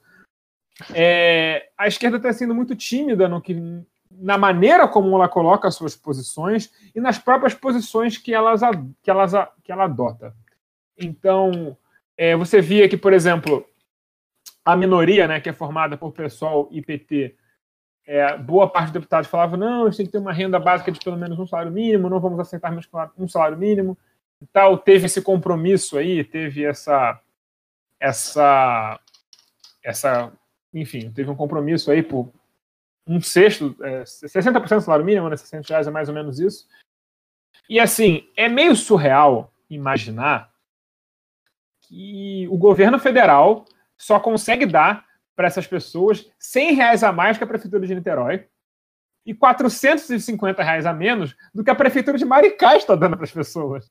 A esquerda está sendo muito tímida na maneira como ela coloca as suas posições e nas próprias posições que ela adota. Então, você via que, por exemplo, a minoria, né, que é formada por PSOL e PT, boa parte dos deputados falava: não, a gente tem que ter uma renda básica de pelo menos um salário mínimo, não vamos aceitar menos que um salário mínimo e tal. Teve esse compromisso aí, teve enfim, teve um compromisso aí por um sexto, 60% do salário mínimo, né, R$600 é mais ou menos isso. E assim, é meio surreal imaginar que o governo federal só consegue dar para essas pessoas R$100 a mais que a Prefeitura de Niterói e R$450 a menos do que a Prefeitura de Maricá está dando para as pessoas.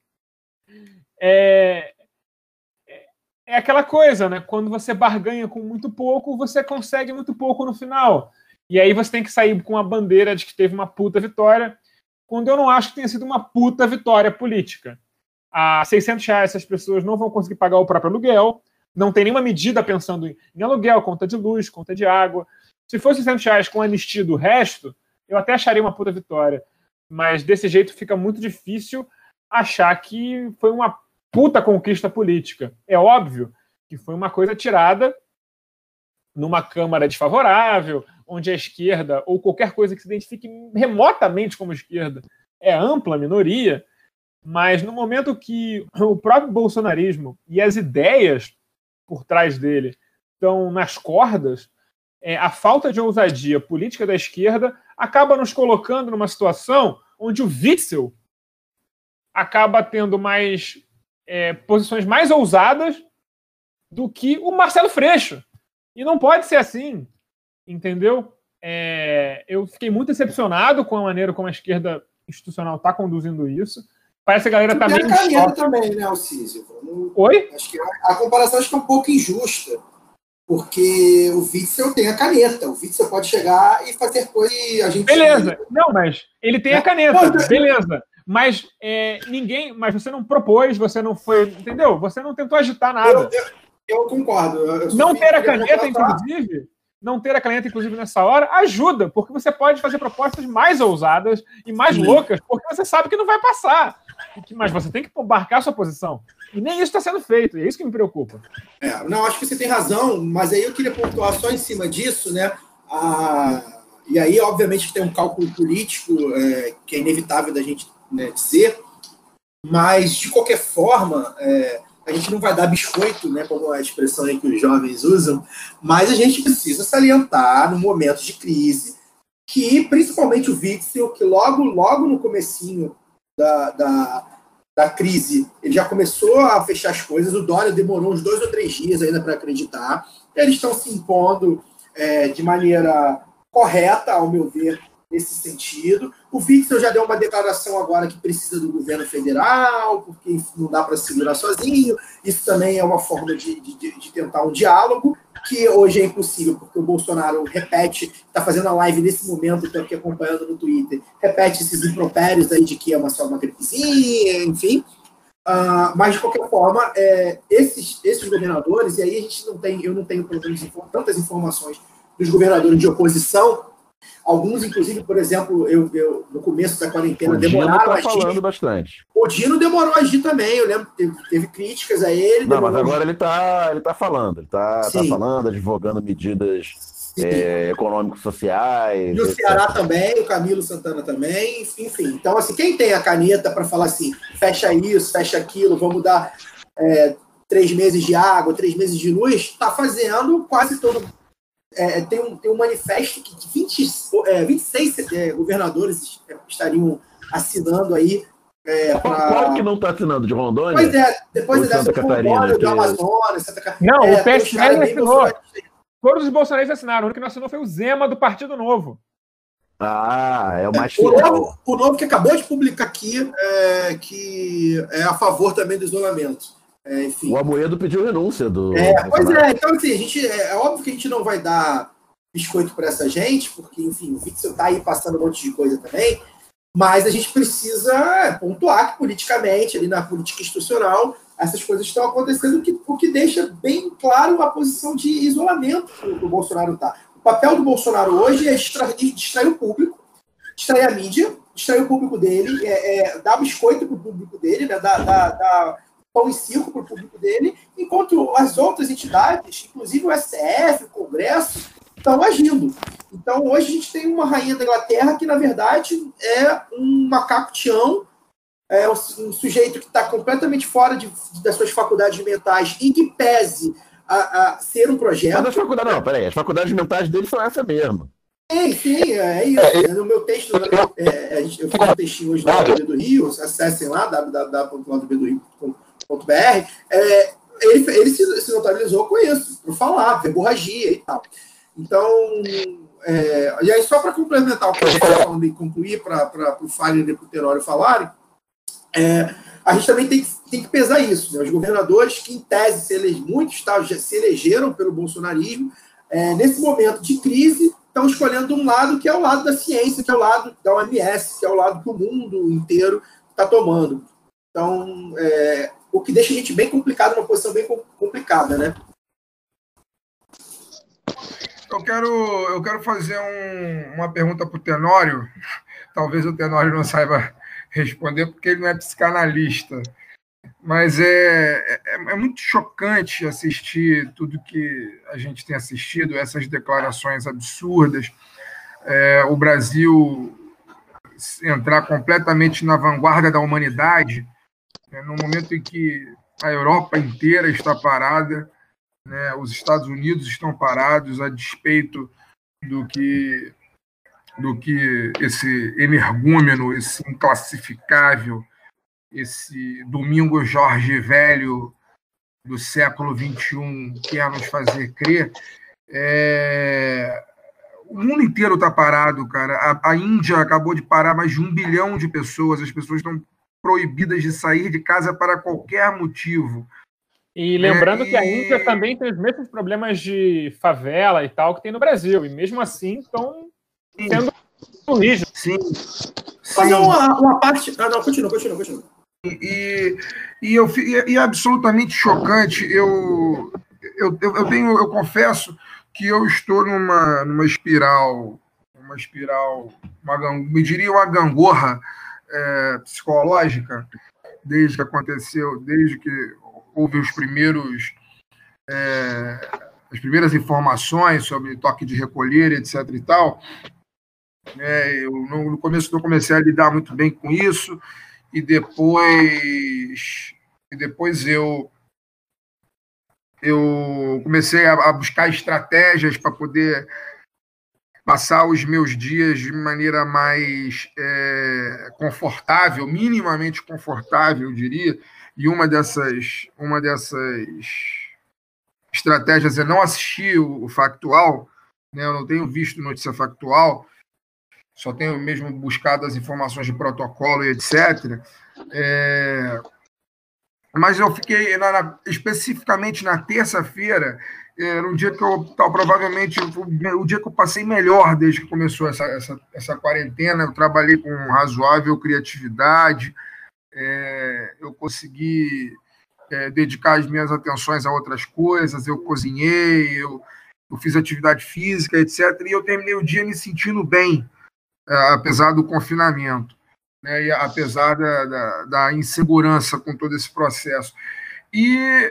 É aquela coisa, né? Quando você barganha com muito pouco, você consegue muito pouco no final. E aí você tem que sair com a bandeira de que teve uma puta vitória, quando eu não acho que tenha sido uma puta vitória política. A R$600 essas pessoas não vão conseguir pagar o próprio aluguel, não tem nenhuma medida pensando em aluguel, conta de luz, conta de água. Se fosse R$600 com anistia do resto, eu até acharia uma puta vitória. Mas desse jeito fica muito difícil achar que foi uma puta conquista política. É óbvio que foi uma coisa tirada numa Câmara desfavorável, onde a esquerda, ou qualquer coisa que se identifique remotamente como esquerda, é ampla minoria, mas no momento que o próprio bolsonarismo e as ideias por trás dele estão nas cordas, a falta de ousadia política da esquerda acaba nos colocando numa situação onde o Witzel acaba tendo posições mais ousadas do que o Marcelo Freixo. E não pode ser assim, entendeu? Eu fiquei muito decepcionado com a maneira como a esquerda institucional está conduzindo isso. Parece que a galera está meio... caneta também, né, Alcísio? Oi? Acho que a comparação acho que é um pouco injusta, porque o Witzel tem a caneta. O Witzel pode chegar e fazer coisa e a gente... Beleza. Não, mas ele tem a caneta. Beleza. Mas mas você não propôs, você não foi... Entendeu? Você não tentou agitar nada. Eu concordo. Não ter a caneta, inclusive, nessa hora, ajuda, porque você pode fazer propostas mais ousadas e mais loucas, porque você sabe que não vai passar. Mas você tem que embarcar a sua posição. E nem isso está sendo feito, e é isso que me preocupa. Não, acho que você tem razão, mas aí eu queria pontuar só em cima disso, né? E aí, obviamente, tem um cálculo político que é inevitável da gente, né, dizer, mas, de qualquer forma... a gente não vai dar biscoito, né, como a expressão aí que os jovens usam, mas a gente precisa salientar, no momento de crise, que principalmente o Witzel, que logo no comecinho da crise, ele já começou a fechar as coisas, o Dória demorou uns 2 ou 3 dias ainda para acreditar, eles estão se impondo de maneira correta, ao meu ver, nesse sentido. O Witzel já deu uma declaração agora que precisa do governo federal, porque não dá para segurar sozinho. Isso também é uma forma de tentar um diálogo, que hoje é impossível, porque o Bolsonaro repete, está fazendo a live nesse momento, estou aqui acompanhando no Twitter, repete esses impropérios aí de que é só uma gripezinha, enfim. Mas, de qualquer forma, esses governadores, e aí eu não tenho pelo menos tantas informações dos governadores de oposição. Alguns, inclusive, por exemplo, eu no começo da quarentena demoraram a agir. Falando bastante. O Dino demorou a agir também, eu lembro que teve críticas a ele. Não, mas agora ele tá falando, ele tá falando, advogando medidas econômico-sociais. E o Ceará também, o Camilo Santana também, enfim. Então, assim, quem tem a caneta para falar assim, fecha isso, fecha aquilo, vamos dar 3 meses de água, 3 meses de luz, está fazendo quase todo... Tem um manifesto que 26 governadores estariam assinando aí Qual que não está assinando? De Rondônia? Pois é, depois Ou dessa Santa Catarina, Rondônia, que- do Amazonas, Santa Catarina. Não, o tem uns PSL caras bem assinou. bolsonaristas. Todos os bolsonaristas assinaram. O único que não assinou foi o Zema, do Partido Novo. Ah, é o mais O fiel. Novo que acabou de publicar aqui, que é a favor também do isolamento. Enfim. O Amoedo pediu renúncia do. Pois é, então assim, a gente, é óbvio que a gente não vai dar biscoito para essa gente, porque, enfim, o Witzel está aí passando um monte de coisa também, mas a gente precisa pontuar que politicamente, ali na política institucional, essas coisas estão acontecendo, o que deixa bem claro a posição de isolamento que o Bolsonaro está. O papel do Bolsonaro hoje é distrair o público, distrair a mídia, distrair o público dele, dar biscoito para o público dele, né, dar pão e circo para o público dele, enquanto as outras entidades, inclusive o STF, o Congresso, estão agindo. Então, hoje a gente tem uma rainha da Inglaterra que, na verdade, é um macaco Tião, é um sujeito que está completamente fora das suas faculdades mentais, em que pese a ser um projeto. Mas as faculdades, não, peraí, as faculdades mentais dele são essa mesmo. Sim, é isso. No meu texto, eu fiz um textinho hoje na OAB do Rio, acessem lá, www.oabdorio.com.br. Ele se notabilizou com isso, por falar, verborragia e tal. Então, e aí só para complementar o que eu estava falando e concluir, para o Fagner e para o Tenório falarem, a gente também tem que pesar isso, né? Os governadores que, em tese, muitos se elegeram pelo bolsonarismo, nesse momento de crise, estão escolhendo um lado que é o lado da ciência, que é o lado da OMS, que é o lado que o mundo inteiro está tomando. Então, o que deixa a gente bem complicado, uma posição bem complicada, né? Eu quero fazer uma pergunta para o Tenório. Talvez o Tenório não saiba responder, porque ele não é psicanalista. Mas é muito chocante assistir tudo que a gente tem assistido, essas declarações absurdas. O Brasil entrar completamente na vanguarda da humanidade, no momento em que a Europa inteira está parada, né, os Estados Unidos estão parados a despeito do que esse energúmeno, esse inclassificável, esse Domingo Jorge Velho do século XXI quer nos fazer crer. O mundo inteiro está parado, cara. A Índia acabou de parar mais de 1 bilhão de pessoas. As pessoas estão proibidas de sair de casa para qualquer motivo. E lembrando que a Índia também tem os mesmos problemas de favela e tal que tem no Brasil. E mesmo assim estão sendo rígidos. Sim. Fazer uma parte... não, continua. E é absolutamente chocante. Eu confesso que eu estou numa espiral, me diria uma gangorra psicológica, desde que houve as primeiras informações sobre toque de recolher, etc. e tal. No começo eu comecei a lidar muito bem com isso, e depois eu comecei a buscar estratégias para poder passar os meus dias de maneira mais confortável, minimamente confortável, eu diria. E uma dessas estratégias é não assistir o factual, né? Eu não tenho visto notícia factual, só tenho mesmo buscado as informações de protocolo e etc. Mas eu fiquei, especificamente na terça-feira, um dia que provavelmente o dia que eu passei melhor desde que começou essa quarentena. Eu trabalhei com razoável criatividade, eu consegui dedicar as minhas atenções a outras coisas, eu cozinhei, eu fiz atividade física, etc. E eu terminei o dia me sentindo bem, apesar do confinamento, né, e apesar da insegurança com todo esse processo. E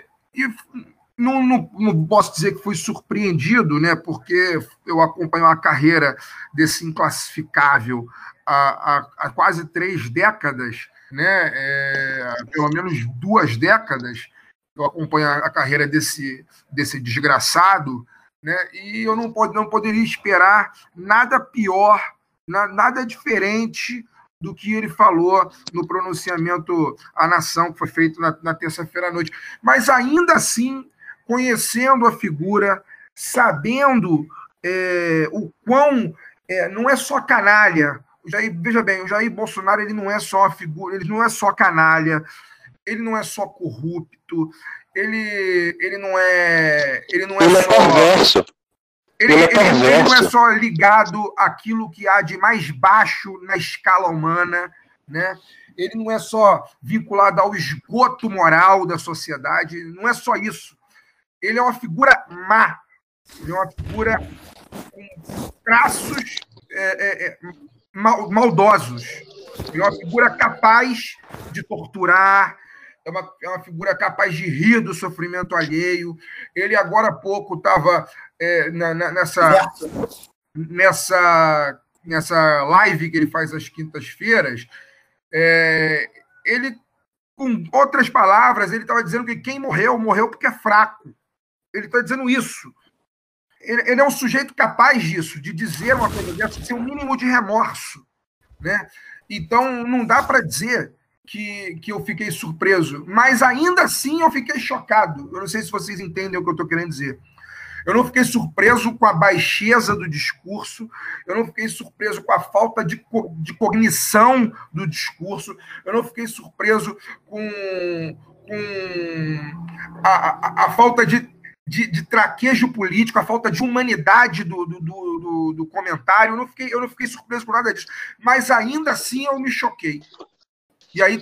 não posso dizer que fui surpreendido, né, porque eu acompanho a carreira desse inclassificável há quase 3 décadas, né, pelo menos 2 décadas, eu acompanho a carreira desse desgraçado, né, e eu não poderia esperar nada pior, nada diferente do que ele falou no pronunciamento à nação que foi feito na terça-feira à noite. Mas ainda assim, conhecendo a figura, sabendo o quão não é só canalha. Veja bem, o Jair Bolsonaro ele não é só uma figura, ele não é só canalha, ele não é só corrupto, ele não é só perverso. Ele não é só ligado àquilo que há de mais baixo na escala humana, né? Ele não é só vinculado ao esgoto moral da sociedade, não é só isso. Ele é uma figura má, ele é uma figura com traços maldosos, ele é uma figura capaz de torturar, é uma figura capaz de rir do sofrimento alheio. Ele agora há pouco estava nessa live que ele faz às quintas-feiras. Ele, com outras palavras, ele estava dizendo que quem morreu porque é fraco. Ele está dizendo isso. Ele é um sujeito capaz disso, de dizer uma coisa dessa, sem um mínimo de remorso, né? Então, não dá para dizer que eu fiquei surpreso, mas ainda assim eu fiquei chocado. Eu não sei se vocês entendem o que eu estou querendo dizer. Eu não fiquei surpreso com a baixeza do discurso, eu não fiquei surpreso com a falta de cognição do discurso, eu não fiquei surpreso com a falta de traquejo político, a falta de humanidade do comentário. Eu não fiquei surpreso com nada disso, mas ainda assim eu me choquei. E aí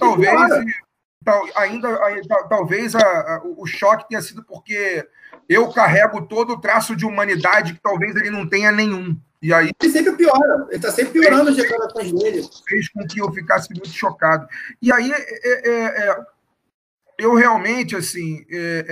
talvez o choque tenha sido porque eu carrego todo o traço de humanidade que talvez ele não tenha nenhum. E aí ele sempre piora, ele está sempre piorando as declarações dele. Fez com que eu ficasse muito chocado. E aí eu realmente, assim,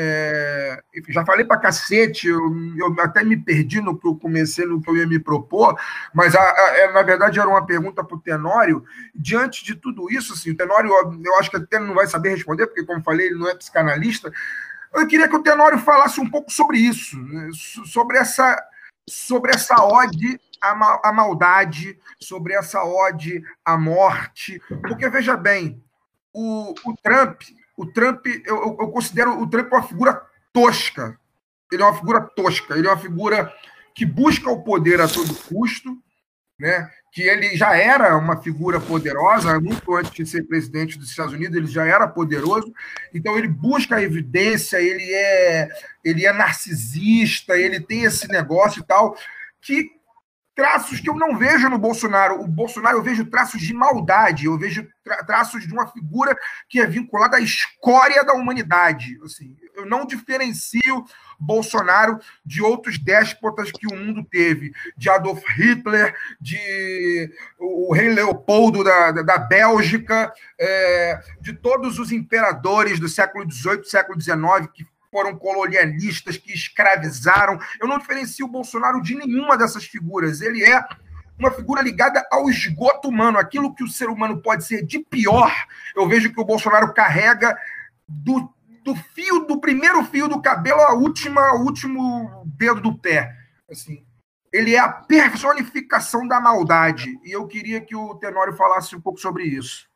já falei pra cacete, eu até me perdi no que eu comecei, no que eu ia me propor, mas na verdade era uma pergunta pro Tenório. Diante de tudo isso, assim, o Tenório, eu acho que até não vai saber responder, porque, como falei, ele não é psicanalista. Eu queria que o Tenório falasse um pouco sobre isso, né? sobre essa ode à maldade, sobre essa ode à morte, porque, veja bem, o Trump, eu considero o Trump uma figura tosca. Ele é uma figura tosca, ele é uma figura que busca o poder a todo custo, né? Que ele já era uma figura poderosa, muito antes de ser presidente dos Estados Unidos, ele já era poderoso, então ele busca a evidência, ele é narcisista, ele tem esse negócio e tal, que traços que eu não vejo no Bolsonaro. O Bolsonaro eu vejo traços de maldade, eu vejo traços de uma figura que é vinculada à escória da humanidade. Assim, eu não diferencio Bolsonaro de outros déspotas que o mundo teve, de Adolf Hitler, de o rei Leopoldo da Bélgica, de todos os imperadores do século XVIII, século XIX, que foram colonialistas, que escravizaram. Eu não diferencio o Bolsonaro de nenhuma dessas figuras. Ele é uma figura ligada ao esgoto humano, aquilo que o ser humano pode ser de pior. Eu vejo que o Bolsonaro carrega do primeiro fio do cabelo ao último dedo do pé. Assim, ele é a personificação da maldade. E eu queria que o Tenório falasse um pouco sobre isso.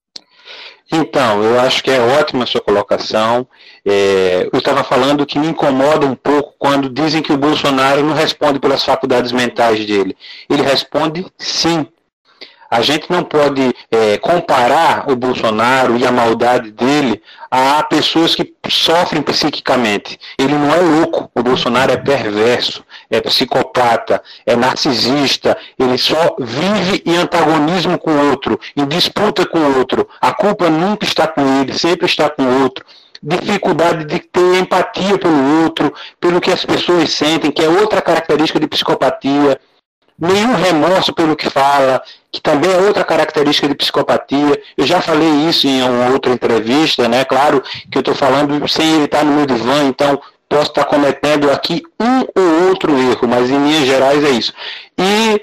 Então, eu acho que é ótima a sua colocação. Eu estava falando que me incomoda um pouco quando dizem que o Bolsonaro não responde pelas faculdades mentais dele. Ele responde sim. A gente não pode comparar o Bolsonaro e a maldade dele a pessoas que sofrem psiquicamente. Ele não é louco, o Bolsonaro é perverso, é psicopata, é narcisista, ele só vive em antagonismo com o outro, em disputa com o outro. A culpa nunca está com ele, sempre está com o outro. Dificuldade de ter empatia pelo outro, pelo que as pessoas sentem, que é outra característica de psicopatia. Nenhum remorso pelo que fala, que também é outra característica de psicopatia. Eu já falei isso em uma outra entrevista, né? Claro que eu estou falando sem ele estar no meu divã, então posso estar cometendo aqui um ou outro erro, mas em linhas gerais é isso. E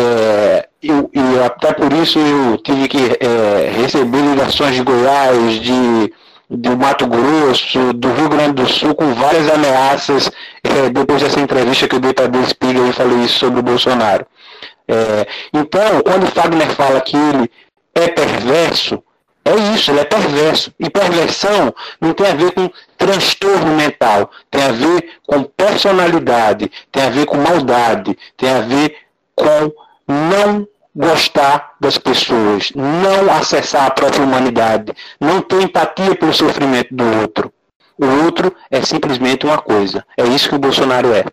até por isso eu tive que receber ligações de Goiás, do Mato Grosso, do Rio Grande do Sul, com várias ameaças, depois dessa entrevista que eu dei para Der Spiegel e falei isso sobre o Bolsonaro. Então, quando o Fagner fala que ele é perverso, é isso, ele é perverso. E perversão não tem a ver com transtorno mental, tem a ver com personalidade, tem a ver com maldade, tem a ver com não gostar das pessoas, não acessar a própria humanidade, não ter empatia pelo sofrimento do outro. O outro é simplesmente uma coisa. É isso que o Bolsonaro é.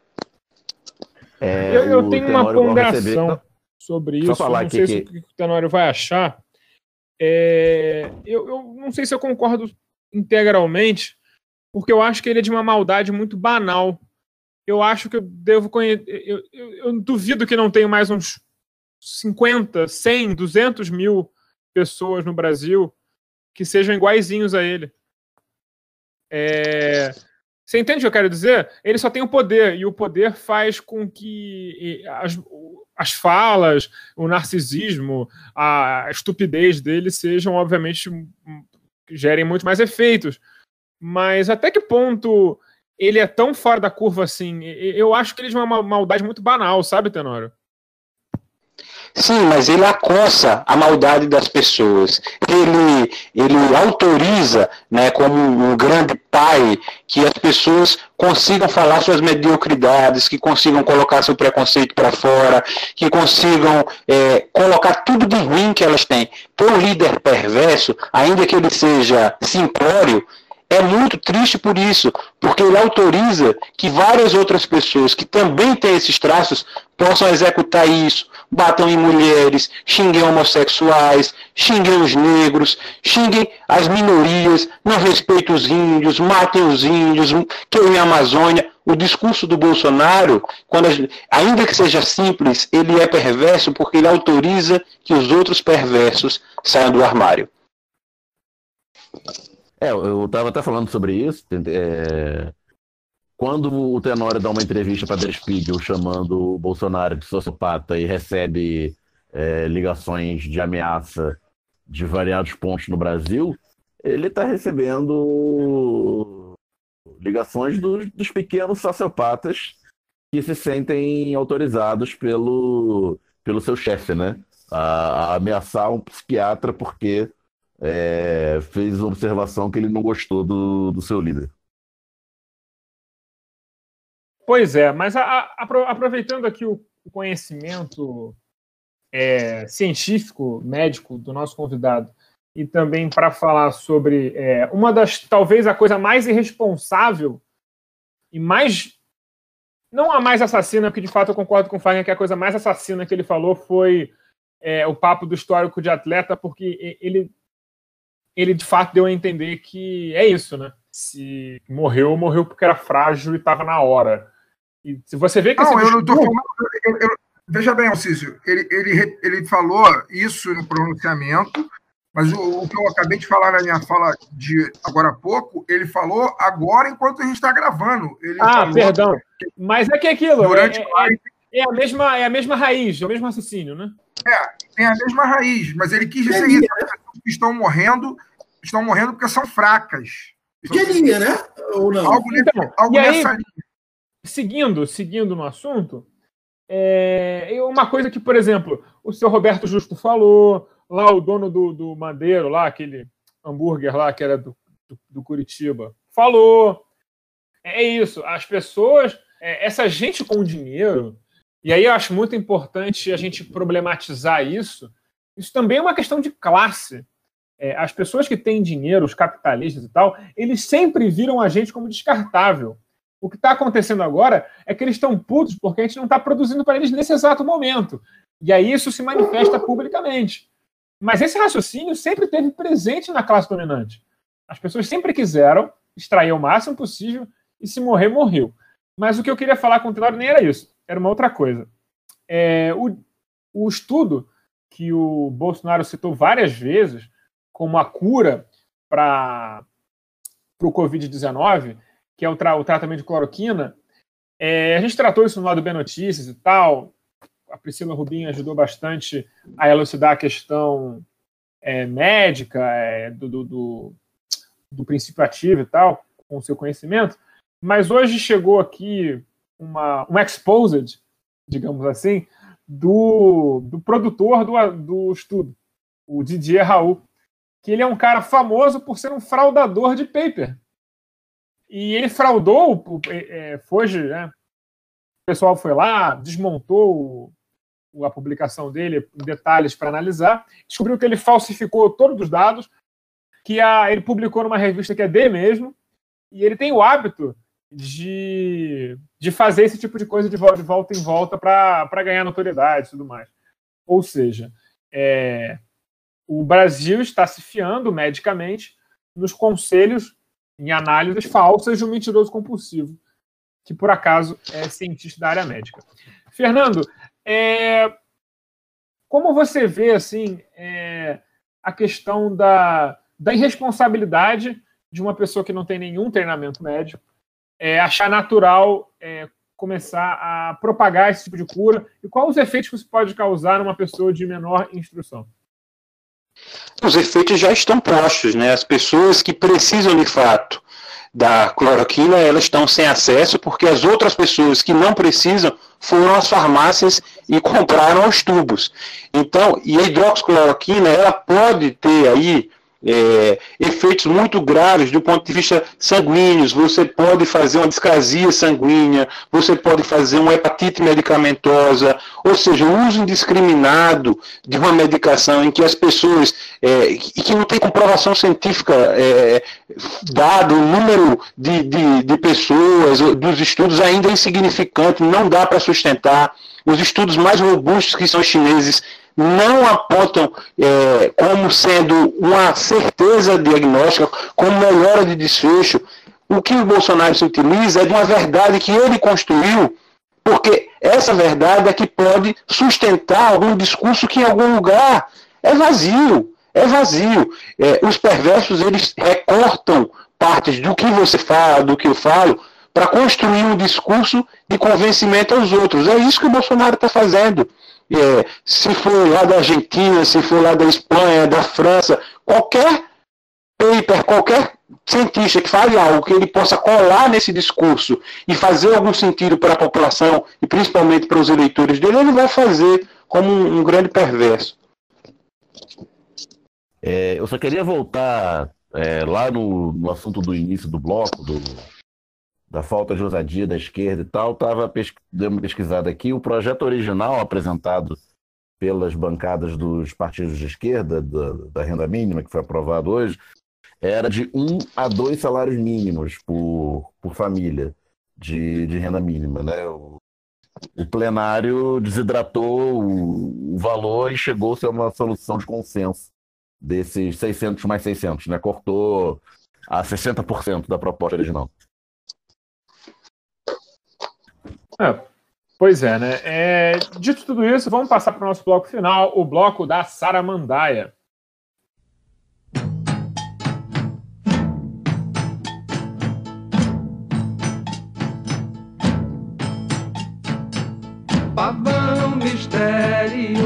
Eu tenho uma ponderação sobre isso. Eu não sei se o Tenório vai achar. Eu não sei se eu concordo integralmente, porque eu acho que ele é de uma maldade muito banal. Eu acho que eu devo conhecer. Eu duvido que não tenha mais uns 50, 100, 200 mil pessoas no Brasil que sejam iguaizinhos a ele. Você entende o que eu quero dizer? Ele só tem o poder, e o poder faz com que as falas, o narcisismo, a estupidez dele sejam, obviamente, gerem muito mais efeitos. Mas até que ponto ele é tão fora da curva assim? Eu acho que ele é de uma maldade muito banal, sabe, Tenório? Sim, mas ele acossa a maldade das pessoas. Ele autoriza, né, como um grande pai, que as pessoas consigam falar suas mediocridades, que consigam colocar seu preconceito para fora, que consigam colocar tudo de ruim que elas têm. Ter um líder perverso, ainda que ele seja simplório, é muito triste por isso, porque ele autoriza que várias outras pessoas que também têm esses traços possam executar isso, batam em mulheres, xinguem homossexuais, xinguem os negros, xinguem as minorias, não respeitem os índios, matem os índios, queimem a Amazônia. O discurso do Bolsonaro, ainda que seja simples, ele é perverso porque ele autoriza que os outros perversos saiam do armário. Eu estava até falando sobre isso. Quando o Tenório dá uma entrevista para Der Spiegel chamando o Bolsonaro de sociopata e recebe ligações de ameaça de variados pontos no Brasil, ele está recebendo ligações dos pequenos sociopatas que se sentem autorizados pelo seu chefe, né? A ameaçar um psiquiatra porque fez uma observação que ele não gostou do seu líder. Pois é, mas aproveitando aqui o conhecimento científico, médico do nosso convidado, e também para falar sobre talvez a coisa mais irresponsável e mais, não a mais assassina, porque de fato eu concordo com o Fagner que a coisa mais assassina que ele falou foi o papo do histórico de atleta, porque ele de fato deu a entender que é isso, né? Se morreu porque era frágil e estava na hora. E se você vê que não, eu não estou falando. Veja bem, Alcísio, ele falou isso no pronunciamento, mas o que eu acabei de falar na minha fala de agora há pouco, ele falou agora enquanto a gente está gravando. Perdão. Mas é que aquilo é a mesma raiz, é o mesmo raciocínio, né? Tem a mesma raiz, mas ele quis dizer isso. As pessoas que estão morrendo porque são fracas. Queria, né? Ou não? Algo nessa linha. Seguindo no assunto, uma coisa que, por exemplo, o seu Roberto Justo falou, lá o dono do Madeiro, lá, aquele hambúrguer lá que era do Curitiba, falou. É isso, as pessoas, essa gente com dinheiro, e aí eu acho muito importante a gente problematizar isso também é uma questão de classe. As pessoas que têm dinheiro, os capitalistas e tal, eles sempre viram a gente como descartável. O que está acontecendo agora é que eles estão putos porque a gente não está produzindo para eles nesse exato momento. E aí isso se manifesta publicamente. Mas esse raciocínio sempre esteve presente na classe dominante. As pessoas sempre quiseram extrair o máximo possível e se morrer, morreu. Mas o que eu queria falar com o Tenório nem era isso. Era uma outra coisa. O estudo que o Bolsonaro citou várias vezes como a cura para o Covid-19, que é o tratamento de cloroquina, a gente tratou isso no lado B Notícias e tal. A Priscila Rubim ajudou bastante a elucidar a questão médica do princípio ativo e tal, com o seu conhecimento. Mas hoje chegou aqui um exposed, digamos assim, do produtor do estudo, o Didier Raoult, que ele é um cara famoso por ser um fraudador de paper. E ele fraudou, hoje, né? O pessoal foi lá, desmontou a publicação dele em detalhes para analisar, descobriu que ele falsificou todos os dados, que ele publicou numa revista que é dele mesmo, e ele tem o hábito de fazer esse tipo de coisa de volta em volta para ganhar notoriedade e tudo mais. Ou seja, o Brasil está se fiando medicamente nos conselhos em análises falsas de um mentiroso compulsivo, que por acaso é cientista da área médica. Fernando, como você vê assim, a questão da irresponsabilidade de uma pessoa que não tem nenhum treinamento médico, achar natural começar a propagar esse tipo de cura, e quais os efeitos que isso pode causar numa pessoa de menor instrução? Os efeitos já estão postos, né? As pessoas que precisam de fato da cloroquina, elas estão sem acesso porque as outras pessoas que não precisam foram às farmácias e compraram os tubos. Então, e a hidroxicloroquina, ela pode ter aí efeitos muito graves do ponto de vista sanguíneos. Você pode fazer uma discrasia sanguínea, você pode fazer uma hepatite medicamentosa, ou seja, o uso indiscriminado de uma medicação em que as pessoas, e que não tem comprovação científica, dado o número de pessoas, dos estudos ainda é insignificante, não dá para sustentar. Os estudos mais robustos, que são chineses, não apontam como sendo uma certeza diagnóstica, como melhora de desfecho. O que o Bolsonaro se utiliza é de uma verdade que ele construiu, porque essa verdade é que pode sustentar algum discurso que em algum lugar é vazio. É vazio. Os perversos, eles recortam partes do que você fala, do que eu falo, para construir um discurso de convencimento aos outros. É isso que o Bolsonaro está fazendo. Se for lá da Argentina, se for lá da Espanha, da França, qualquer paper, qualquer cientista que fale algo que ele possa colar nesse discurso e fazer algum sentido para a população e principalmente para os eleitores dele, ele vai fazer como um grande perverso. Eu só queria voltar lá no assunto do início do bloco, da falta de ousadia da esquerda e tal. Dei uma pesquisada aqui. O projeto original apresentado pelas bancadas dos partidos de esquerda, da renda mínima, que foi aprovado hoje, era de 1 a 2 salários mínimos por família de renda mínima, né? O plenário desidratou o valor e chegou-se a uma solução de consenso desses 600 mais 600, né? Cortou a 60% da proposta original. Pois é, né? Dito tudo isso, vamos passar para o nosso bloco final, o bloco da Saramandaia. Pavão misterioso,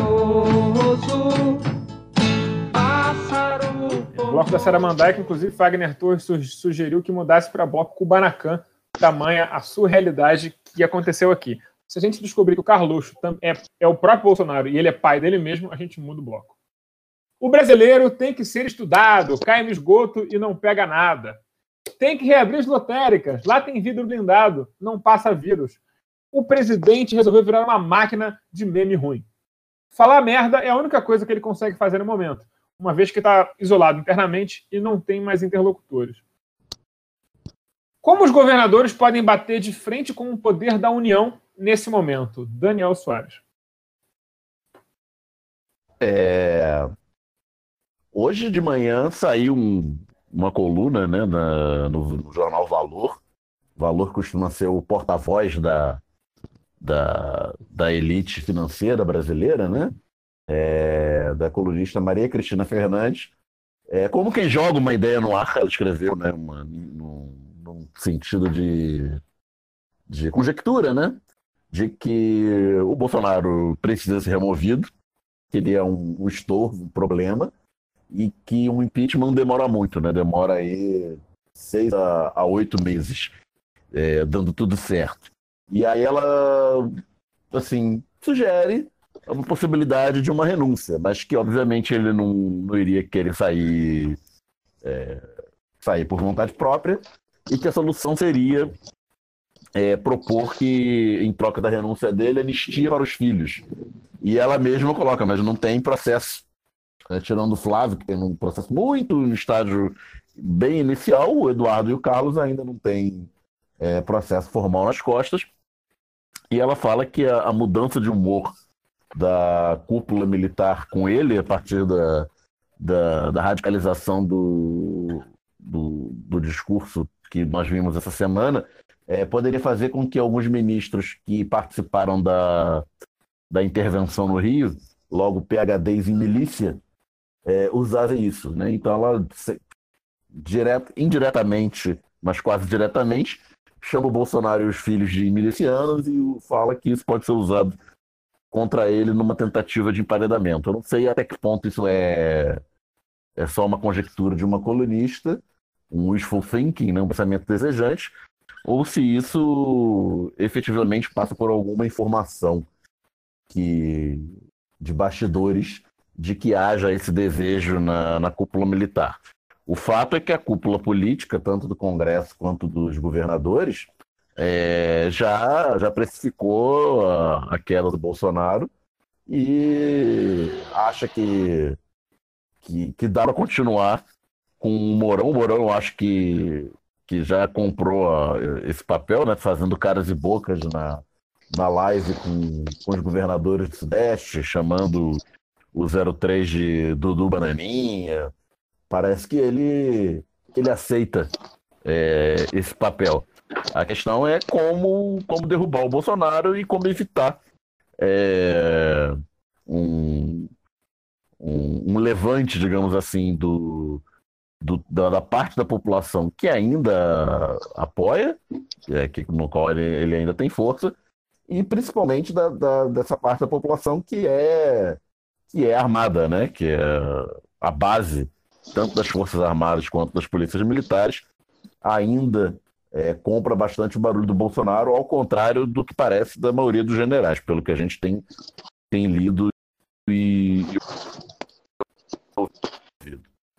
pássaro... O bloco da Saramandaia, que inclusive Wagner Torres sugeriu que mudasse para bloco Kubanacan, tamanha a surrealidade que aconteceu aqui. Se a gente descobrir que o Carluxo é o próprio Bolsonaro e ele é pai dele mesmo, a gente muda o bloco. O brasileiro tem que ser estudado, cai no esgoto e não pega nada. Tem que reabrir as lotéricas, lá tem vidro blindado, não passa vírus. O presidente resolveu virar uma máquina de meme ruim. Falar merda é a única coisa que ele consegue fazer no momento, uma vez que está isolado internamente e não tem mais interlocutores. Como os governadores podem bater de frente com o poder da União nesse momento? Daniel Soares. Hoje de manhã saiu uma coluna, né, no jornal Valor. Valor costuma ser o porta-voz da elite financeira brasileira, né? Da colunista Maria Cristina Fernandes. Como quem joga uma ideia no ar, ela escreveu, né, num sentido de conjectura, né? De que o Bolsonaro precisa ser removido, que ele é um estorvo, um problema, e que um impeachment demora muito, né? Demora aí 6 a 8 meses, dando tudo certo. E aí ela, assim, sugere uma possibilidade de uma renúncia, mas que obviamente ele não iria querer sair por vontade própria, e que a solução seria propor que, em troca da renúncia dele, anistia para os filhos. E ela mesma coloca, mas não tem processo. Tirando o Flávio, que tem um processo muito no estágio bem inicial, o Eduardo e o Carlos ainda não têm processo formal nas costas. E ela fala que a mudança de humor da cúpula militar com ele, a partir da radicalização do discurso que nós vimos essa semana, poderia fazer com que alguns ministros que participaram da intervenção no Rio, logo PhDs em milícia, usassem isso, né? Então ela, indiretamente, mas quase diretamente, chama o Bolsonaro e os filhos de milicianos e fala que isso pode ser usado contra ele numa tentativa de emparedamento. Eu não sei até que ponto isso é só uma conjectura de uma colunista, um wishful thinking, né, um pensamento desejante, ou se isso efetivamente passa por alguma informação de bastidores de que haja esse desejo na cúpula militar. O fato é que a cúpula política, tanto do Congresso quanto dos governadores, já precificou a queda do Bolsonaro e acha que dá para continuar com o Mourão. O Mourão, eu acho que já comprou esse papel, né, fazendo caras e bocas na live com os governadores do Sudeste, chamando o 03 de Dudu Bananinha. Parece que ele aceita esse papel. A questão é como derrubar o Bolsonaro e como evitar um levante, digamos assim, da parte da população que ainda apoia, no qual ele ainda tem força, e principalmente dessa parte da população que é armada, né? Que é a base tanto das Forças Armadas quanto das polícias militares, ainda compra bastante o barulho do Bolsonaro, ao contrário do que parece da maioria dos generais, pelo que a gente tem lido e ouvido.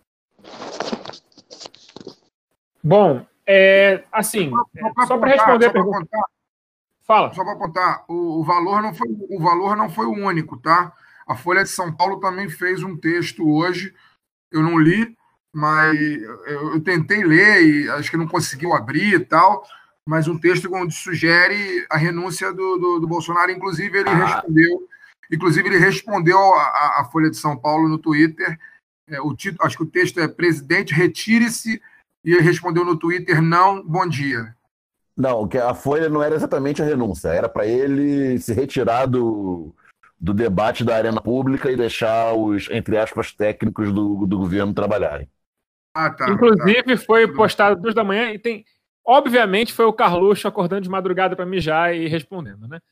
Bom, assim, só para responder a pergunta. Fala. Só para apontar, o valor não foi o único, tá? A Folha de São Paulo também fez um texto hoje, eu não li, mas eu tentei ler e acho que não conseguiu abrir e tal, mas um texto onde sugere a renúncia do Bolsonaro, inclusive ele respondeu à Folha de São Paulo no Twitter, acho que o texto é "Presidente, retire-se", e ele respondeu no Twitter: "Não, bom dia". Não, que a Folha não era exatamente a renúncia, era para ele se retirar do debate da arena pública e deixar os, entre aspas, técnicos do governo trabalharem. Tá. Inclusive, foi postado 2 da manhã e tem... Obviamente, foi o Carluxo acordando de madrugada para mijar e respondendo, né?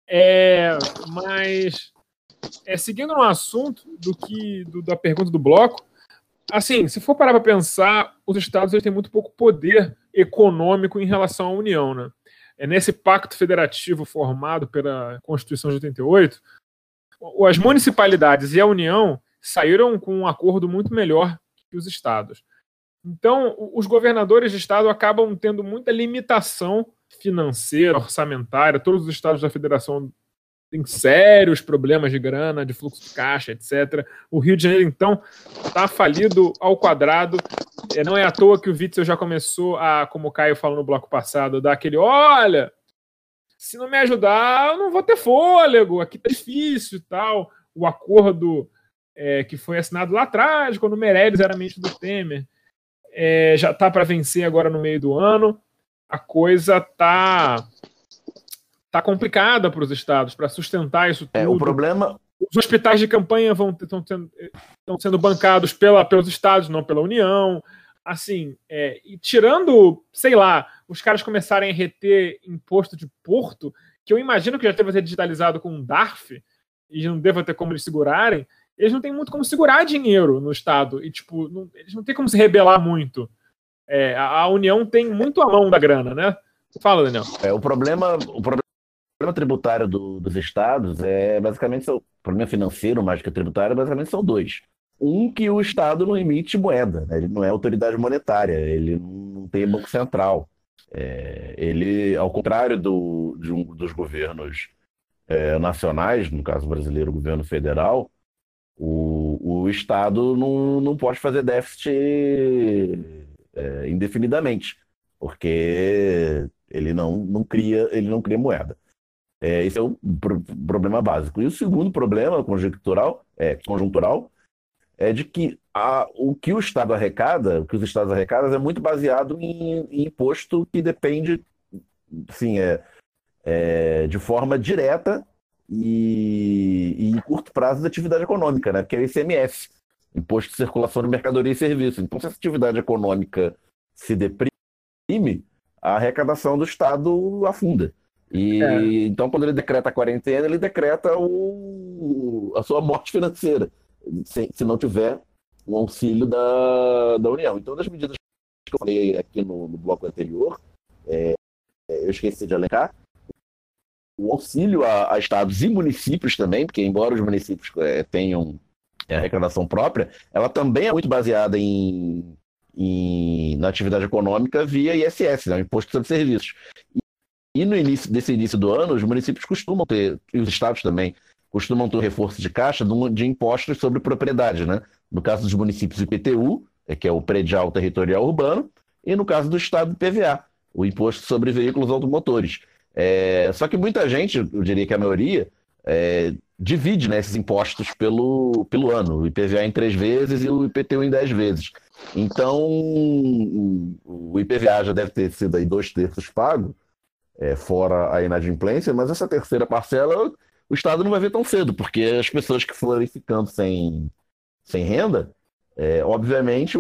Mas, seguindo no assunto da pergunta do bloco, assim, se for parar para pensar, os estados eles têm muito pouco poder econômico em relação à União, né? Nesse pacto federativo formado pela Constituição de 88, as municipalidades e a União saíram com um acordo muito melhor que os estados. Então, os governadores de estado acabam tendo muita limitação financeira, orçamentária. Todos os estados da federação têm sérios problemas de grana, de fluxo de caixa, etc. O Rio de Janeiro, então, está falido ao quadrado. Não é à toa que o Witzel já começou a, como o Caio falou no bloco passado, dar aquele: olha, se não me ajudar, eu não vou ter fôlego, aqui tá difícil e tal. O acordo que foi assinado lá atrás, quando o Meirelles era ministro do Temer, já tá para vencer agora no meio do ano. A coisa tá complicada para os estados, para sustentar isso tudo. O problema... Os hospitais de campanha estão sendo bancados pelos estados, não pela União. Assim, e tirando, sei lá, os caras começarem a reter imposto de porto, que eu imagino que já deva ser digitalizado com um DARF, e não deva ter como eles segurarem, eles não têm muito como segurar dinheiro no estado, e tipo, eles não têm como se rebelar muito. A União tem muito a mão da grana, né? Fala, Daniel. O problema problema tributário dos estados basicamente, o problema financeiro mais que tributário, basicamente são dois. Um, que o estado não emite moeda, né? Ele não é autoridade monetária, ele não tem banco central. Ele, ao contrário dos governos nacionais, no caso brasileiro, o governo federal, o estado não pode fazer déficit indefinidamente, porque ele não cria moeda. Esse é o problema básico. E o segundo problema conjuntural é de que o que o Estado arrecada, o que os estados arrecadam é muito baseado em imposto que depende, assim, de forma direta e em curto prazo da atividade econômica, né? Que é o ICMS, Imposto de Circulação de Mercadoria e Serviço. Então, se essa atividade econômica se deprime, a arrecadação do Estado afunda. Então, quando ele decreta a quarentena, ele decreta a sua morte financeira, se não tiver um auxílio da União. Então, das medidas que eu falei aqui no bloco anterior, eu esqueci de elencar, o auxílio a estados e municípios também, porque embora os municípios tenham arrecadação própria, ela também é muito baseada na atividade econômica via ISS, né, o Imposto sobre Serviços. E no desse início do ano, os municípios costumam ter, e os estados também, costumam ter um reforço de caixa de impostos sobre propriedade, né? No caso dos municípios, o IPTU, que é o Predial Territorial Urbano, e no caso do estado, o PVA, o Imposto sobre Veículos Automotores. Só que muita gente, eu diria que a maioria, divide, né, esses impostos pelo ano, o IPVA em 3 vezes e o IPTU em 10 vezes. Então, o IPVA já deve ter sido aí 2/3 pago, fora a inadimplência, mas essa terceira parcela o Estado não vai ver tão cedo, porque as pessoas que forem ficando sem renda, obviamente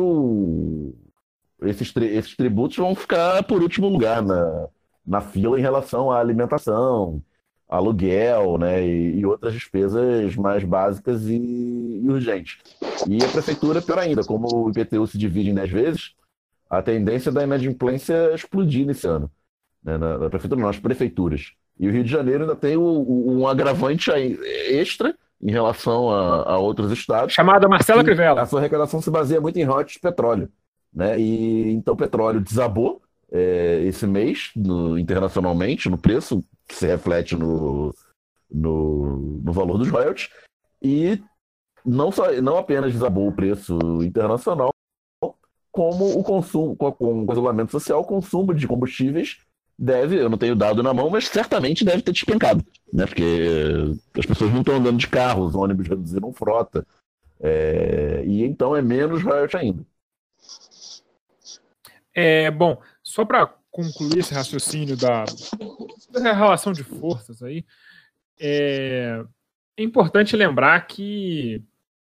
esses tributos vão ficar por último lugar na fila em relação à alimentação, aluguel, né, e outras despesas mais básicas e urgentes. E a prefeitura, pior ainda, como o IPTU se divide em 10 vezes, a tendência da inadimplência é explodir nesse ano, né, na prefeitura, nas prefeituras. E o Rio de Janeiro ainda tem um agravante extra em relação a outros estados. Chamada Marcela Crivella. A sua arrecadação se baseia muito em royalties de petróleo, né? E então o petróleo desabou esse mês internacionalmente, no preço, que se reflete no valor dos royalties, e não apenas desabou o preço internacional, como o consumo, com o isolamento social, o consumo de combustíveis eu não tenho dado na mão, mas certamente deve ter despencado, né? Porque as pessoas não estão andando de carro, os ônibus reduziram frota, e então é menos royalties ainda. Bom, só para concluir esse raciocínio da relação de forças aí, é importante lembrar que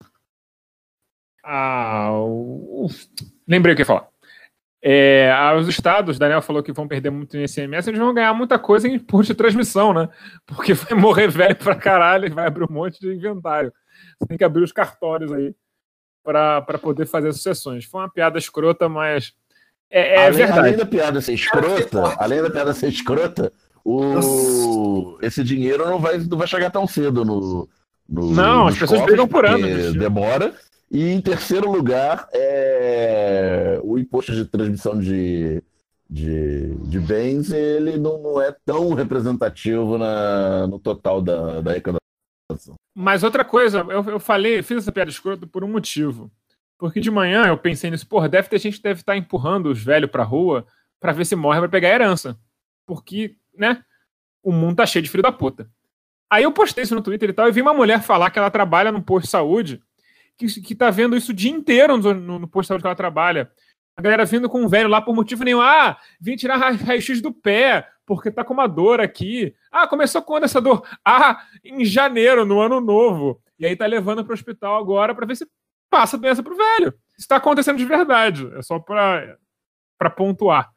lembrei o que eu ia falar. Os estados, Daniel falou que vão perder muito em ICMS, eles vão ganhar muita coisa em imposto de transmissão, né? Porque vai morrer velho pra caralho e vai abrir um monte de inventário. Você tem que abrir os cartórios aí para poder fazer as sucessões. Foi uma piada escrota, mas verdade. Além da piada ser escrota, esse dinheiro não vai chegar tão cedo não, as pessoas brigam por anos. Demora. E em terceiro lugar, o imposto de transmissão de bens, ele não é tão representativo no total da arrecadação. Mas outra coisa, eu fiz essa piada escrota por um motivo. Porque de manhã eu pensei nisso, deve ter gente que deve estar empurrando os velhos pra rua pra ver se morre pra pegar a herança. Porque, né, o mundo tá cheio de filho da puta. Aí eu postei isso no Twitter e tal, e vi uma mulher falar que ela trabalha num posto de saúde, que tá vendo isso o dia inteiro no posto de saúde que ela trabalha. A galera vindo com um velho lá por motivo nenhum. Vim tirar raio-x do pé, porque tá com uma dor aqui. Começou quando essa dor? Em janeiro, no ano novo. E aí tá levando pro hospital agora pra ver se passa a doença pro velho. Isso tá acontecendo de verdade. É só pra pontuar.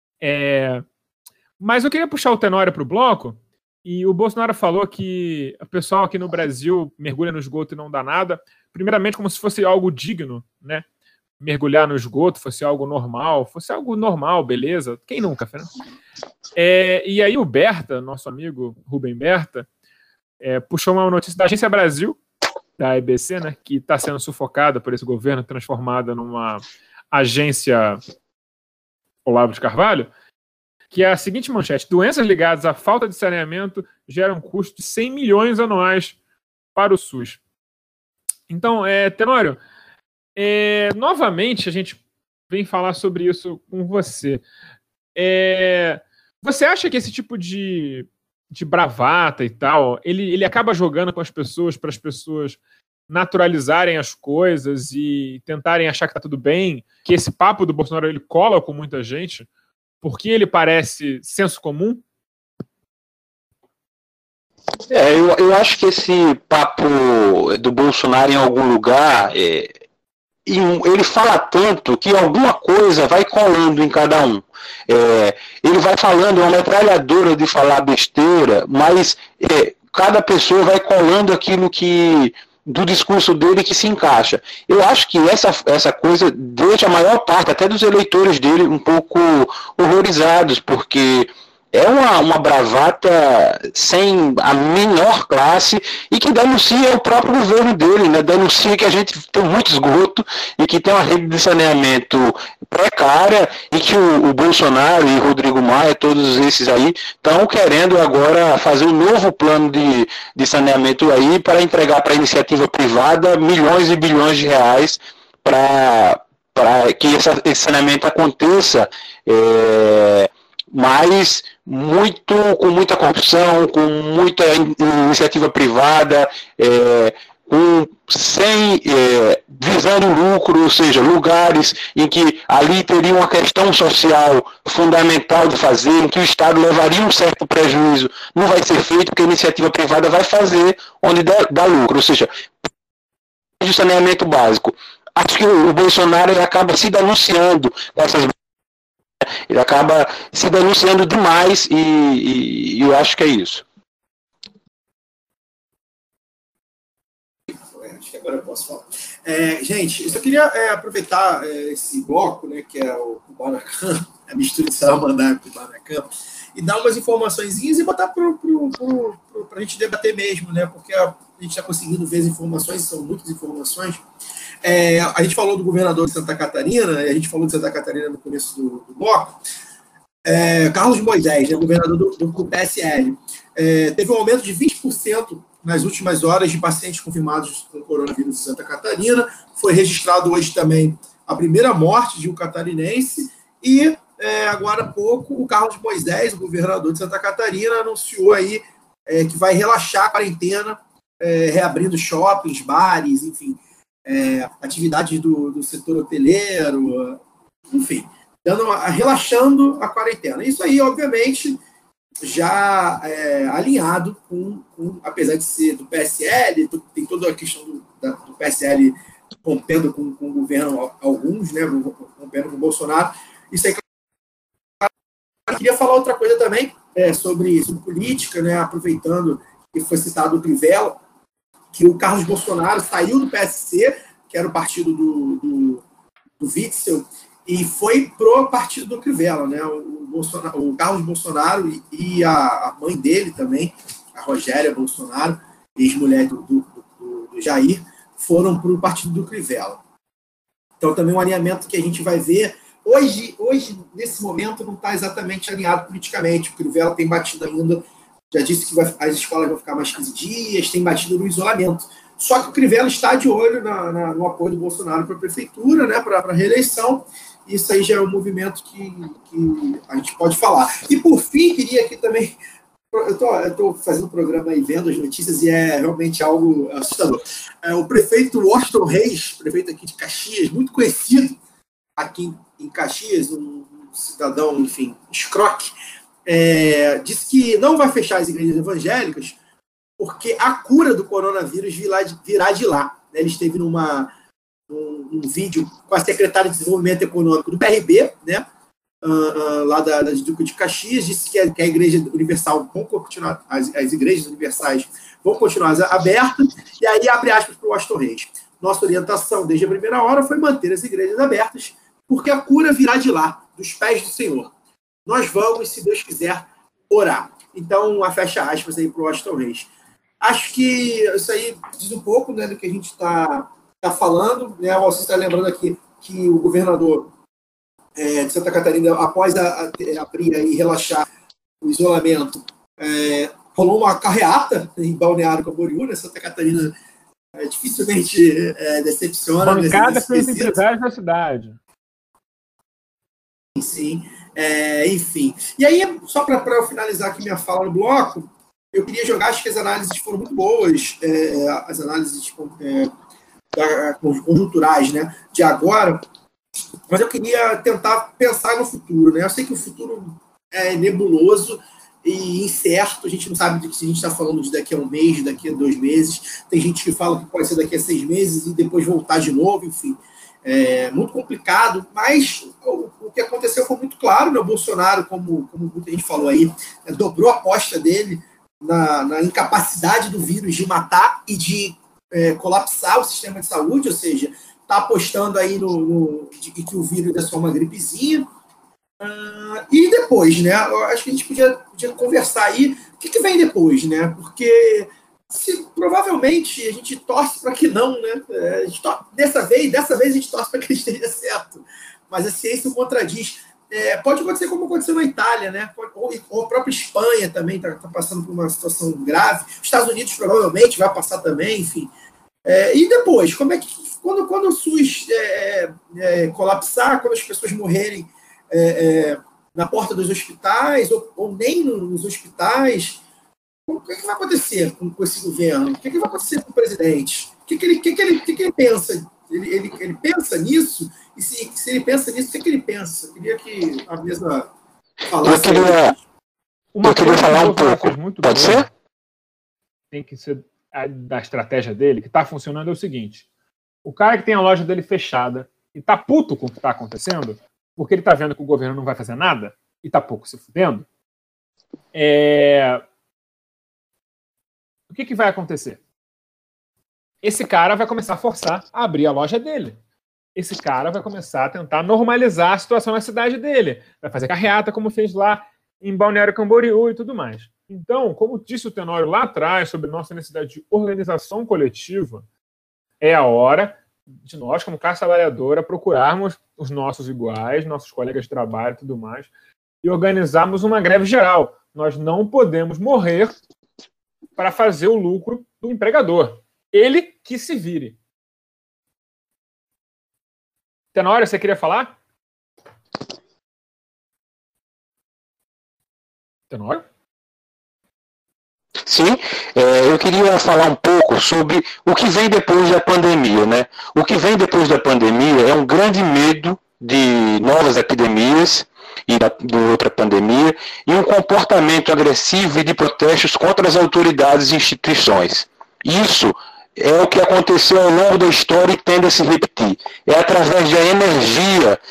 Mas eu queria puxar o Tenório pro bloco, e o Bolsonaro falou que o pessoal aqui no Brasil mergulha no esgoto e não dá nada, primeiramente como se fosse algo digno, né? mergulhar no esgoto fosse algo normal, beleza. Quem nunca, Fernando? E aí o Berta, nosso amigo Rubem Berta, puxou uma notícia da Agência Brasil, da EBC, né, que está sendo sufocada por esse governo, transformada numa agência Olavo de Carvalho, que é a seguinte manchete: doenças ligadas à falta de saneamento geram um custo de 100 milhões anuais para o SUS. Então, Tenório, novamente a gente vem falar sobre isso com você. Você acha que esse tipo de bravata e tal, ele acaba jogando com as pessoas para as pessoas naturalizarem as coisas e tentarem achar que está tudo bem, que esse papo do Bolsonaro ele cola com muita gente, porque ele parece senso comum? Eu acho que esse papo do Bolsonaro em algum lugar, ele fala tanto que alguma coisa vai colando em cada um. Ele vai falando, é uma metralhadora de falar besteira, mas cada pessoa vai colando aquilo do discurso dele que se encaixa. Eu acho que essa coisa deixa a maior parte, até dos eleitores dele, um pouco horrorizados, porque é uma bravata sem a menor classe e que denuncia o próprio governo dele, né? Denuncia que a gente tem muito esgoto e que tem uma rede de saneamento precária e que o Bolsonaro e Rodrigo Maia, todos esses aí, estão querendo agora fazer um novo plano de saneamento aí para entregar para a iniciativa privada milhões e bilhões de reais para que esse saneamento aconteça, mas com muita corrupção, com muita iniciativa privada, visando lucro, ou seja, lugares em que ali teria uma questão social fundamental de fazer, em que o Estado levaria um certo prejuízo, não vai ser feito porque a iniciativa privada vai fazer onde dá lucro, ou seja, o saneamento básico. Acho que o Bolsonaro ele acaba se denunciando com essas. Ele acaba se denunciando demais e eu acho que é isso. Acho que agora eu posso falar. Gente, eu só queria aproveitar esse bloco, né, que é o Kubanacan, a mistura de Salmandaia com o Kubanacan, e dar umas informaçõezinhas e botar para a gente debater mesmo, né, porque a gente está conseguindo ver as informações, são muitas informações. A gente falou do governador de Santa Catarina, a gente falou de Santa Catarina no começo do bloco. Carlos Moisés, né, governador do PSL, teve um aumento de 20% nas últimas horas de pacientes confirmados com coronavírus em Santa Catarina. Foi registrado hoje também a primeira morte de um catarinense e, agora há pouco, o Carlos Moisés, o governador de Santa Catarina, anunciou aí que vai relaxar a quarentena, reabrindo shoppings, bares, enfim, atividades do setor hoteleiro, enfim, relaxando a quarentena. Isso aí, obviamente, já alinhado com, apesar de ser do PSL, tem toda a questão do PSL rompendo com o governo, alguns, né, rompendo com o Bolsonaro. Isso aí. Eu queria falar outra coisa também sobre política, né, aproveitando que foi citado o Crivella, que o Carlos Bolsonaro saiu do PSC, que era o partido do Witzel, e foi pro partido do Crivella, né? O Carlos Bolsonaro e a mãe dele também, a Rogéria Bolsonaro, ex-mulher do Jair, foram pro partido do Crivella. Então, também um alinhamento que a gente vai ver. Hoje nesse momento, não está exatamente alinhado politicamente. O Crivella tem batido ainda, já disse que as escolas vão ficar mais 15 dias, tem batido no isolamento. Só que o Crivella está de olho no apoio do Bolsonaro para a prefeitura, né, para a reeleição. Isso aí já é um movimento que a gente pode falar. E, por fim, queria aqui também... Eu estou fazendo o programa e vendo as notícias e é realmente algo assustador. O prefeito Washington Reis, prefeito aqui de Caxias, muito conhecido aqui em Caxias, um cidadão, enfim, escroque, disse que não vai fechar as igrejas evangélicas porque a cura do coronavírus virá de lá. Ele esteve num vídeo com a secretária de Desenvolvimento Econômico do PRB, né, lá da Duque de Caxias, disse que a Igreja Universal vão continuar, as igrejas universais vão continuar abertas, e aí abre aspas para o Washington Reis. nossa orientação desde a primeira hora foi manter as igrejas abertas, porque a cura virá de lá, dos pés do Senhor. Nós vamos, se Deus quiser, orar. Então, a fecha aspas aí para o Washington Reis. Acho que isso aí diz um pouco, né, do que a gente está falando. Né? Você está lembrando aqui que o governador de Santa Catarina, após abrir e relaxar o isolamento, rolou uma carreata em Balneário Camboriú, né? Santa Catarina dificilmente decepciona. Bancada pelos empresários da cidade. Sim. Enfim. E aí, só para eu finalizar aqui minha fala no bloco, eu queria jogar, acho que as análises foram muito boas, as análises conjunturais, né, de agora, mas eu queria tentar pensar no futuro. Né? Eu sei que o futuro é nebuloso e incerto, a gente não sabe se a gente está falando de daqui a um mês, daqui a 2 meses, tem gente que fala que pode ser daqui a 6 meses e depois voltar de novo, enfim. É muito complicado, mas o que aconteceu foi muito claro, né? O Bolsonaro, como muita gente falou aí, dobrou a aposta dele na incapacidade do vírus de matar e de colapsar o sistema de saúde, ou seja, está apostando aí de que o vírus é só uma gripezinha. E depois, né? Eu acho que a gente podia conversar aí o que vem depois, né? Porque provavelmente a gente torce para que não, né? Dessa vez a gente torce para que ele esteja certo, mas a ciência o contradiz. Pode acontecer como aconteceu na Itália, né? Ou a própria Espanha também está passando por uma situação grave. Os Estados Unidos provavelmente vai passar também, enfim. E depois, como é que quando o SUS colapsar, quando as pessoas morrerem na porta dos hospitais ou nem nos hospitais, o que vai acontecer com esse governo? O que vai acontecer com o presidente? O que ele pensa? Ele pensa nisso? E se ele pensa nisso, o que ele pensa? Eu queria que a mesa falasse. Eu queria falar um pouco. Pode ser? Tem que ser da estratégia dele, que está funcionando, é o seguinte. O cara que tem a loja dele fechada e está puto com o que está acontecendo, porque ele está vendo que o governo não vai fazer nada e está pouco se fudendo, o que vai acontecer? Esse cara vai começar a forçar a abrir a loja dele. Esse cara vai começar a tentar normalizar a situação na cidade dele. Vai fazer carreata, como fez lá em Balneário Camboriú e tudo mais. Então, como disse o Tenório lá atrás sobre nossa necessidade de organização coletiva, é a hora de nós, como classe trabalhadora, procurarmos os nossos iguais, nossos colegas de trabalho e tudo mais, e organizarmos uma greve geral. Nós não podemos morrer para fazer o lucro do empregador. Ele que se vire. Tenório, você queria falar? Tenório? Sim, eu queria falar um pouco sobre o que vem depois da pandemia, né? O que vem depois da pandemia é um grande medo de novas epidemias e de outra pandemia e um comportamento agressivo e de protestos contra as autoridades e instituições. Isso é o que aconteceu ao longo da história e tende a se repetir. É através da energia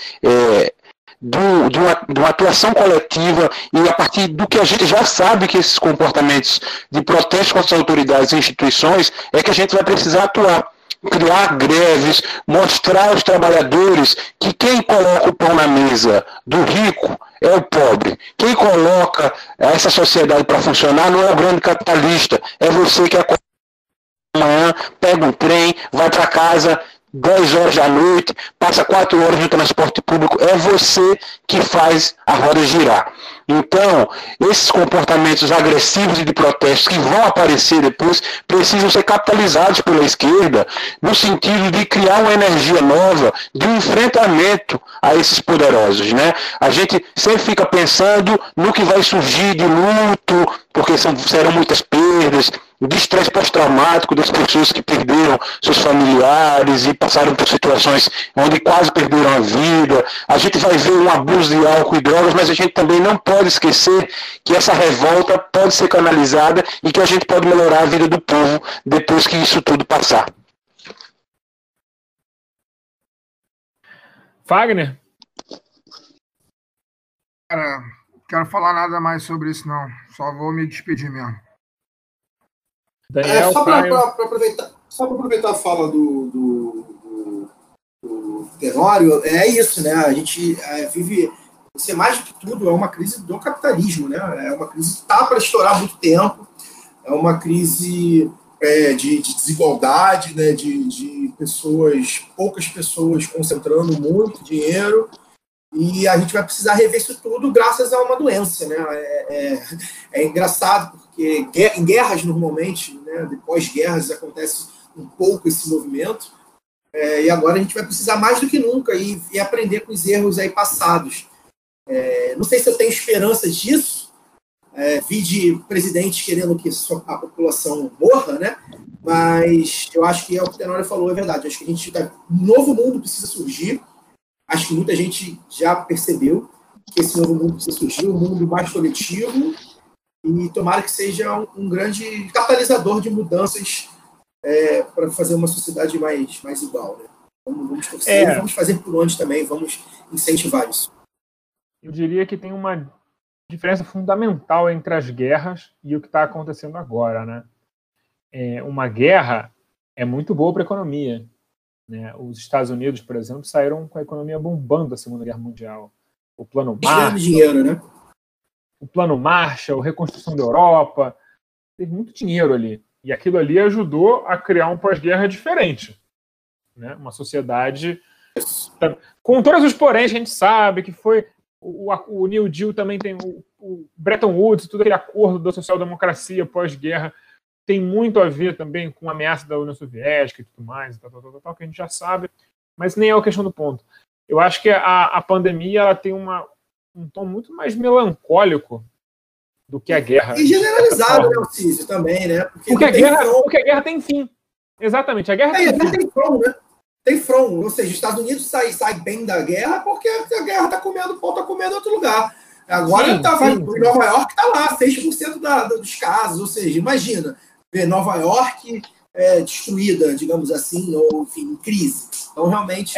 de uma atuação coletiva e a partir do que a gente já sabe que esses comportamentos de protesto contra as autoridades e instituições é que a gente vai precisar atuar. Criar greves, mostrar aos trabalhadores que quem coloca o pão na mesa do rico é o pobre. Quem coloca essa sociedade para funcionar não é o grande capitalista, é você que acorda amanhã, pega um trem, vai para casa 10 horas da noite, passa 4 horas no transporte público, é você que faz a roda girar. Então, esses comportamentos agressivos e de protestos que vão aparecer depois precisam ser capitalizados pela esquerda no sentido de criar uma energia nova de um enfrentamento a esses poderosos, né? A gente sempre fica pensando no que vai surgir de luto, porque serão muitas perdas, de estresse pós-traumático das pessoas que perderam seus familiares e passaram por situações onde quase perderam a vida. A gente vai ver um abuso de álcool e drogas, mas a gente também não pode esquecer que essa revolta pode ser canalizada e que a gente pode melhorar a vida do povo depois que isso tudo passar. Fagner? Cara, não quero falar nada mais sobre isso, não. Só vou me despedir mesmo. Daniel, só para aproveitar a fala do Tenório, é isso, né? A gente vive, isso é mais do que tudo, é uma crise do capitalismo, né? É uma crise que está para estourar há muito tempo, é uma crise de desigualdade, né? De pessoas, poucas pessoas concentrando muito dinheiro, e a gente vai precisar rever isso tudo graças a uma doença, né? É engraçado, porque em guerras, normalmente, né? Depois guerras, acontece um pouco esse movimento, e agora a gente vai precisar mais do que nunca e aprender com os erros aí passados. Não sei se eu tenho esperança disso, vi de presidentes querendo que a população morra, né? Mas eu acho que é o que o Tenório falou, é verdade. Acho que um novo mundo precisa surgir. Acho que muita gente já percebeu que esse novo mundo precisa surgir, um mundo mais coletivo, e tomara que seja um grande catalisador de mudanças para fazer uma sociedade mais igual. Né? Vamos torcer, vamos fazer por onde também, vamos incentivar isso. Eu diria que tem uma diferença fundamental entre as guerras e o que está acontecendo agora. Né? Uma guerra é muito boa para a economia. Né? Os Estados Unidos, por exemplo, saíram com a economia bombando da Segunda Guerra Mundial. O Plano Marshall, dinheiro, né? O Plano Marshall, a reconstrução da Europa, teve muito dinheiro ali. E aquilo ali ajudou a criar um pós-guerra diferente. Né? Uma sociedade... Com todos os poréns, a gente sabe que foi... O New Deal também tem o Bretton Woods, todo aquele acordo da social-democracia pós-guerra, tem muito a ver também com a ameaça da União Soviética e tudo mais, tal, que a gente já sabe, mas nem é a questão do ponto. Eu acho que a pandemia ela tem um tom muito mais melancólico do que a guerra. E generalizado, né, Alcísio, também, né? Porque a guerra tem fim. Exatamente, a guerra tem fim. Tem front, né? Tem front, ou seja, os Estados Unidos sai bem da guerra porque a guerra está comendo, o pau está comendo em outro lugar. Agora Nova York está lá, 6% dos casos, ou seja, imagina, ver Nova York destruída, digamos assim, ou enfim, em crise. Então, realmente...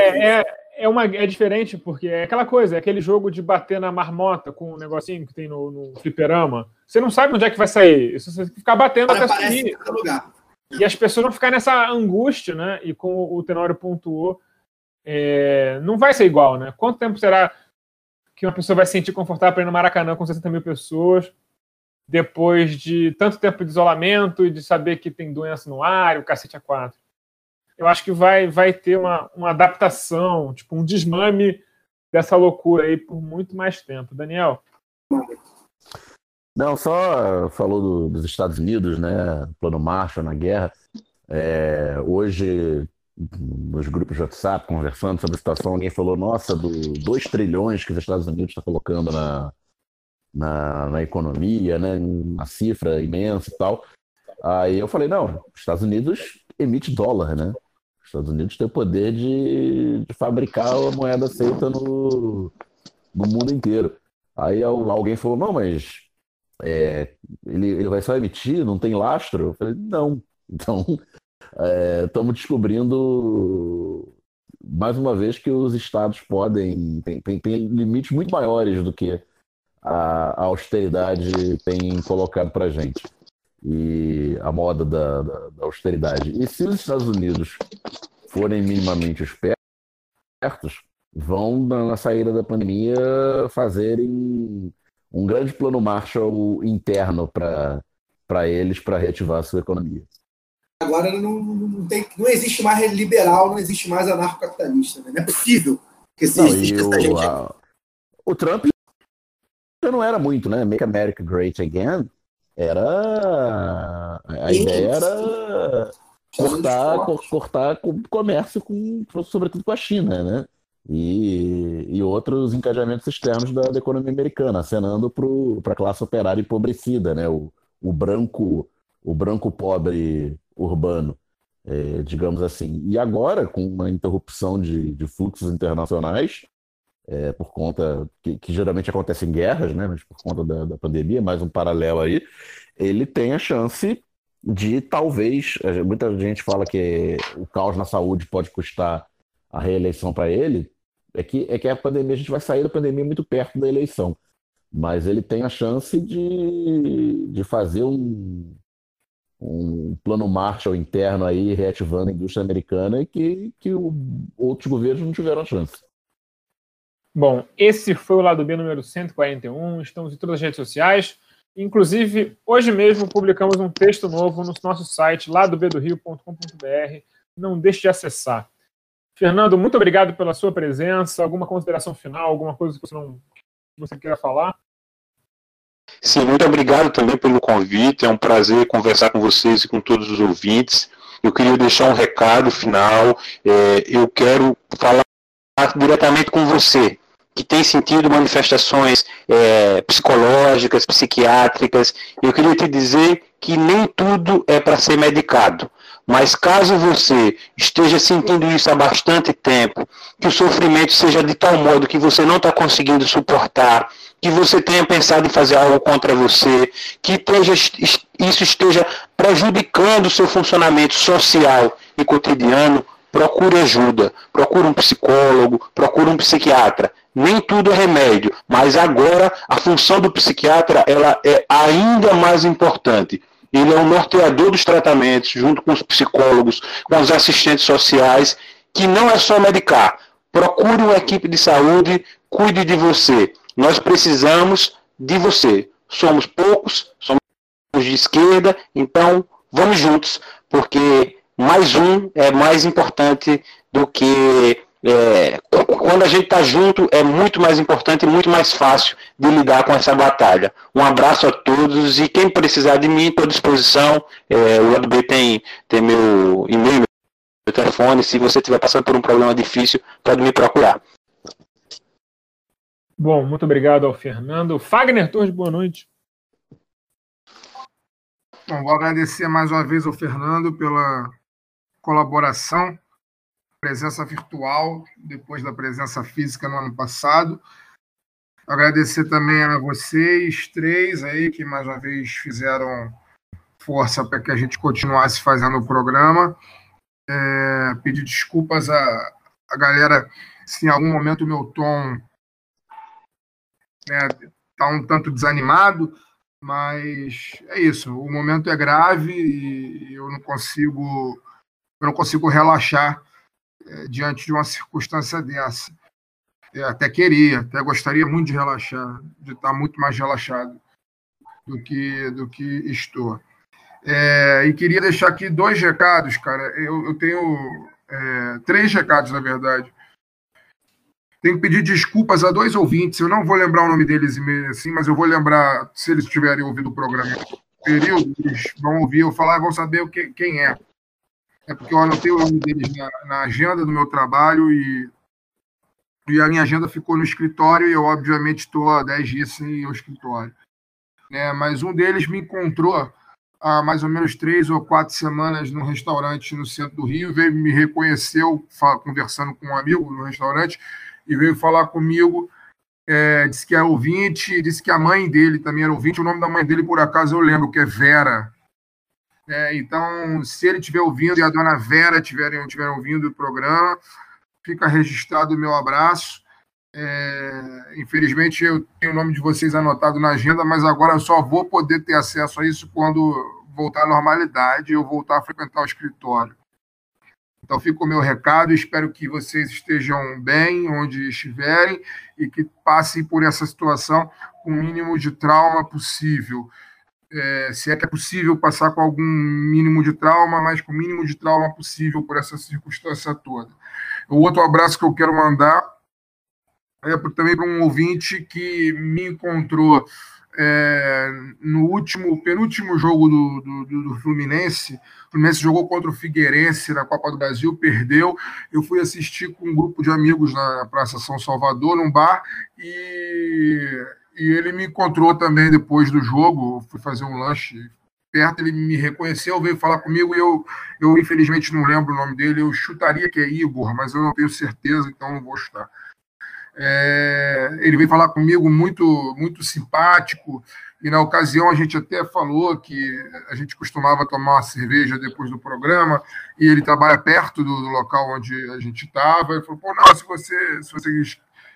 É diferente, porque é aquela coisa, é aquele jogo de bater na marmota com um negocinho que tem no fliperama. Você não sabe onde é que vai sair. Se você ficar batendo até sumir. Em cada lugar. E as pessoas vão ficar nessa angústia, né? E como o Tenório pontuou, não vai ser igual, né? Quanto tempo será que uma pessoa vai se sentir confortável para ir no Maracanã com 60 mil pessoas, depois de tanto tempo de isolamento e de saber que tem doença no ar, o cacete A4? Eu acho que vai ter uma adaptação, tipo um desmame dessa loucura aí por muito mais tempo. Daniel? Não, só falou dos Estados Unidos, né? Plano Marshall na guerra. Hoje, nos grupos de WhatsApp, conversando sobre a situação, alguém falou, nossa, 2 trilhões que os Estados Unidos está colocando na economia, né? Uma cifra imensa e tal. Aí eu falei, não, os Estados Unidos emite dólar, né? Os Estados Unidos têm o poder de fabricar a moeda aceita no mundo inteiro. Aí alguém falou, não, mas ele vai só emitir, não tem lastro? Eu falei, não. Então, estamos descobrindo, mais uma vez, que os estados tem limites muito maiores do que a austeridade tem colocado para a gente. E a moda da austeridade. E se os Estados Unidos forem minimamente espertos, vão, na saída da pandemia, fazerem um grande plano Marshall interno para eles, para reativar a sua economia. Agora não existe mais liberal, não existe mais anarcocapitalista. Né? Não é possível que exista essa gente. O Trump já não era muito, né? Make America Great Again. A ideia era cortar o comércio, sobretudo com a China, né? E outros encadeamentos externos da economia americana, acenando para a classe operária empobrecida, né? O branco pobre urbano, digamos assim. E agora, com uma interrupção de fluxos internacionais, por conta que geralmente acontece em guerras, né? Mas por conta da pandemia, mais um paralelo aí, ele tem a chance de talvez, muita gente fala que o caos na saúde pode custar a reeleição para ele, é que a pandemia, a gente vai sair da pandemia muito perto da eleição, mas ele tem a chance de fazer um plano Marshall interno aí, reativando a indústria americana e que outros governos não tiveram a chance. Bom, esse foi o Lado B número 141. Estamos em todas as redes sociais. Inclusive, hoje mesmo publicamos um texto novo no nosso site, ladobdorio.com.br. Não deixe de acessar. Fernando, muito obrigado pela sua presença. Alguma consideração final, alguma coisa que você queira falar? Sim, muito obrigado também pelo convite. É um prazer conversar com vocês e com todos os ouvintes. Eu queria deixar um recado final. Eu quero falar diretamente com você, que tem sentido manifestações psicológicas, psiquiátricas. Eu queria te dizer que nem tudo é para ser medicado. Mas caso você esteja sentindo isso há bastante tempo, que o sofrimento seja de tal modo que você não está conseguindo suportar, que você tenha pensado em fazer algo contra você, que isso esteja prejudicando o seu funcionamento social e cotidiano, procure ajuda, procure um psicólogo, procure um psiquiatra. Nem tudo é remédio, mas agora a função do psiquiatra ela é ainda mais importante. Ele é o norteador dos tratamentos, junto com os psicólogos, com os assistentes sociais, que não é só medicar. Procure uma equipe de saúde, cuide de você. Nós precisamos de você. Somos poucos, somos de esquerda, então vamos juntos, porque mais um é mais importante do que... quando a gente está junto, é muito mais importante e muito mais fácil de lidar com essa batalha. Um abraço a todos e quem precisar de mim, estou à disposição. O Lado B tem meu e-mail, meu telefone. Se você estiver passando por um problema difícil, pode me procurar. Bom, muito obrigado ao Fernando. Fagner Torres, boa noite. Bom, vou agradecer mais uma vez ao Fernando pela colaboração, presença virtual, depois da presença física no ano passado. Agradecer também a vocês três aí, que mais uma vez fizeram força para que a gente continuasse fazendo o programa. Pedir desculpas à galera se em algum momento o meu tom está um tanto desanimado, mas é isso, o momento é grave e eu não consigo relaxar diante de uma circunstância dessa. Até gostaria muito de relaxar, de estar muito mais relaxado do que estou. E queria deixar aqui 2 recados, cara. Eu tenho 3 recados, na verdade. Tenho que pedir desculpas a 2 ouvintes. Eu não vou lembrar o nome deles assim, mas eu vou lembrar, se eles tiverem ouvido o programa no período, eles vão ouvir eu falar e vão saber quem é. É porque eu anotei o nome deles na agenda do meu trabalho e a minha agenda ficou no escritório e eu, obviamente, estou há 10 dias sem ir ao escritório. Mas um deles me encontrou há mais ou menos 3 ou 4 semanas num restaurante no centro do Rio, me reconheceu conversando com um amigo no restaurante e veio falar comigo, disse que é ouvinte, disse que a mãe dele também era ouvinte, o nome da mãe dele, por acaso, eu lembro, que é Vera. Então, se ele estiver ouvindo e a dona Vera estiver ouvindo o programa, fica registrado o meu abraço. Infelizmente, eu tenho o nome de vocês anotado na agenda, mas agora eu só vou poder ter acesso a isso quando voltar à normalidade e eu voltar a frequentar o escritório. Então, fica o meu recado. Espero que vocês estejam bem onde estiverem e que passem por essa situação com o mínimo de trauma possível. Se é que é possível passar com algum mínimo de trauma, mas com o mínimo de trauma possível por essa circunstância toda. O outro abraço que eu quero mandar também para um ouvinte que me encontrou no penúltimo jogo do Fluminense. O Fluminense jogou contra o Figueirense na Copa do Brasil, perdeu. Eu fui assistir com um grupo de amigos na Praça São Salvador, num bar, e ele me encontrou também depois do jogo. Eu fui fazer um lanche perto, ele me reconheceu, veio falar comigo e eu infelizmente não lembro o nome dele. Eu chutaria que é Igor, mas eu não tenho certeza, então não vou chutar. Ele veio falar comigo muito, muito simpático, e na ocasião a gente até falou que a gente costumava tomar uma cerveja depois do programa, e ele trabalha perto do local onde a gente estava. Ele falou: não, se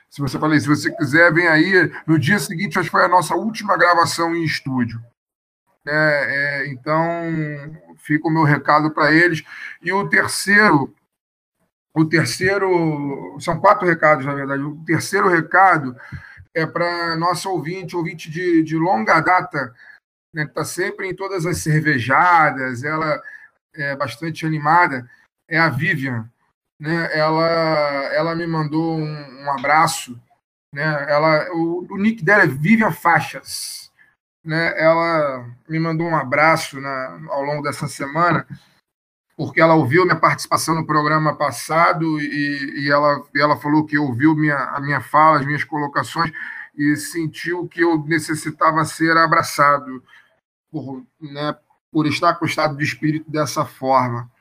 você quiser, vem aí. No dia seguinte, acho que foi a nossa última gravação em estúdio. né? Então, fica o meu recado para eles. E o terceiro, são 4 recados, na verdade. O terceiro recado é para nossa ouvinte de longa data, né, que está sempre em todas as cervejadas, ela é bastante animada, é a Vivian. Né? Ela me mandou um abraço. Né? O nick dela é Vivian Faixas. Né? Ela me mandou um abraço ao longo dessa semana, porque ela ouviu minha participação no programa passado e ela falou que ouviu a minha fala, as minhas colocações, e sentiu que eu necessitava ser abraçado por estar com o estado de espírito dessa forma.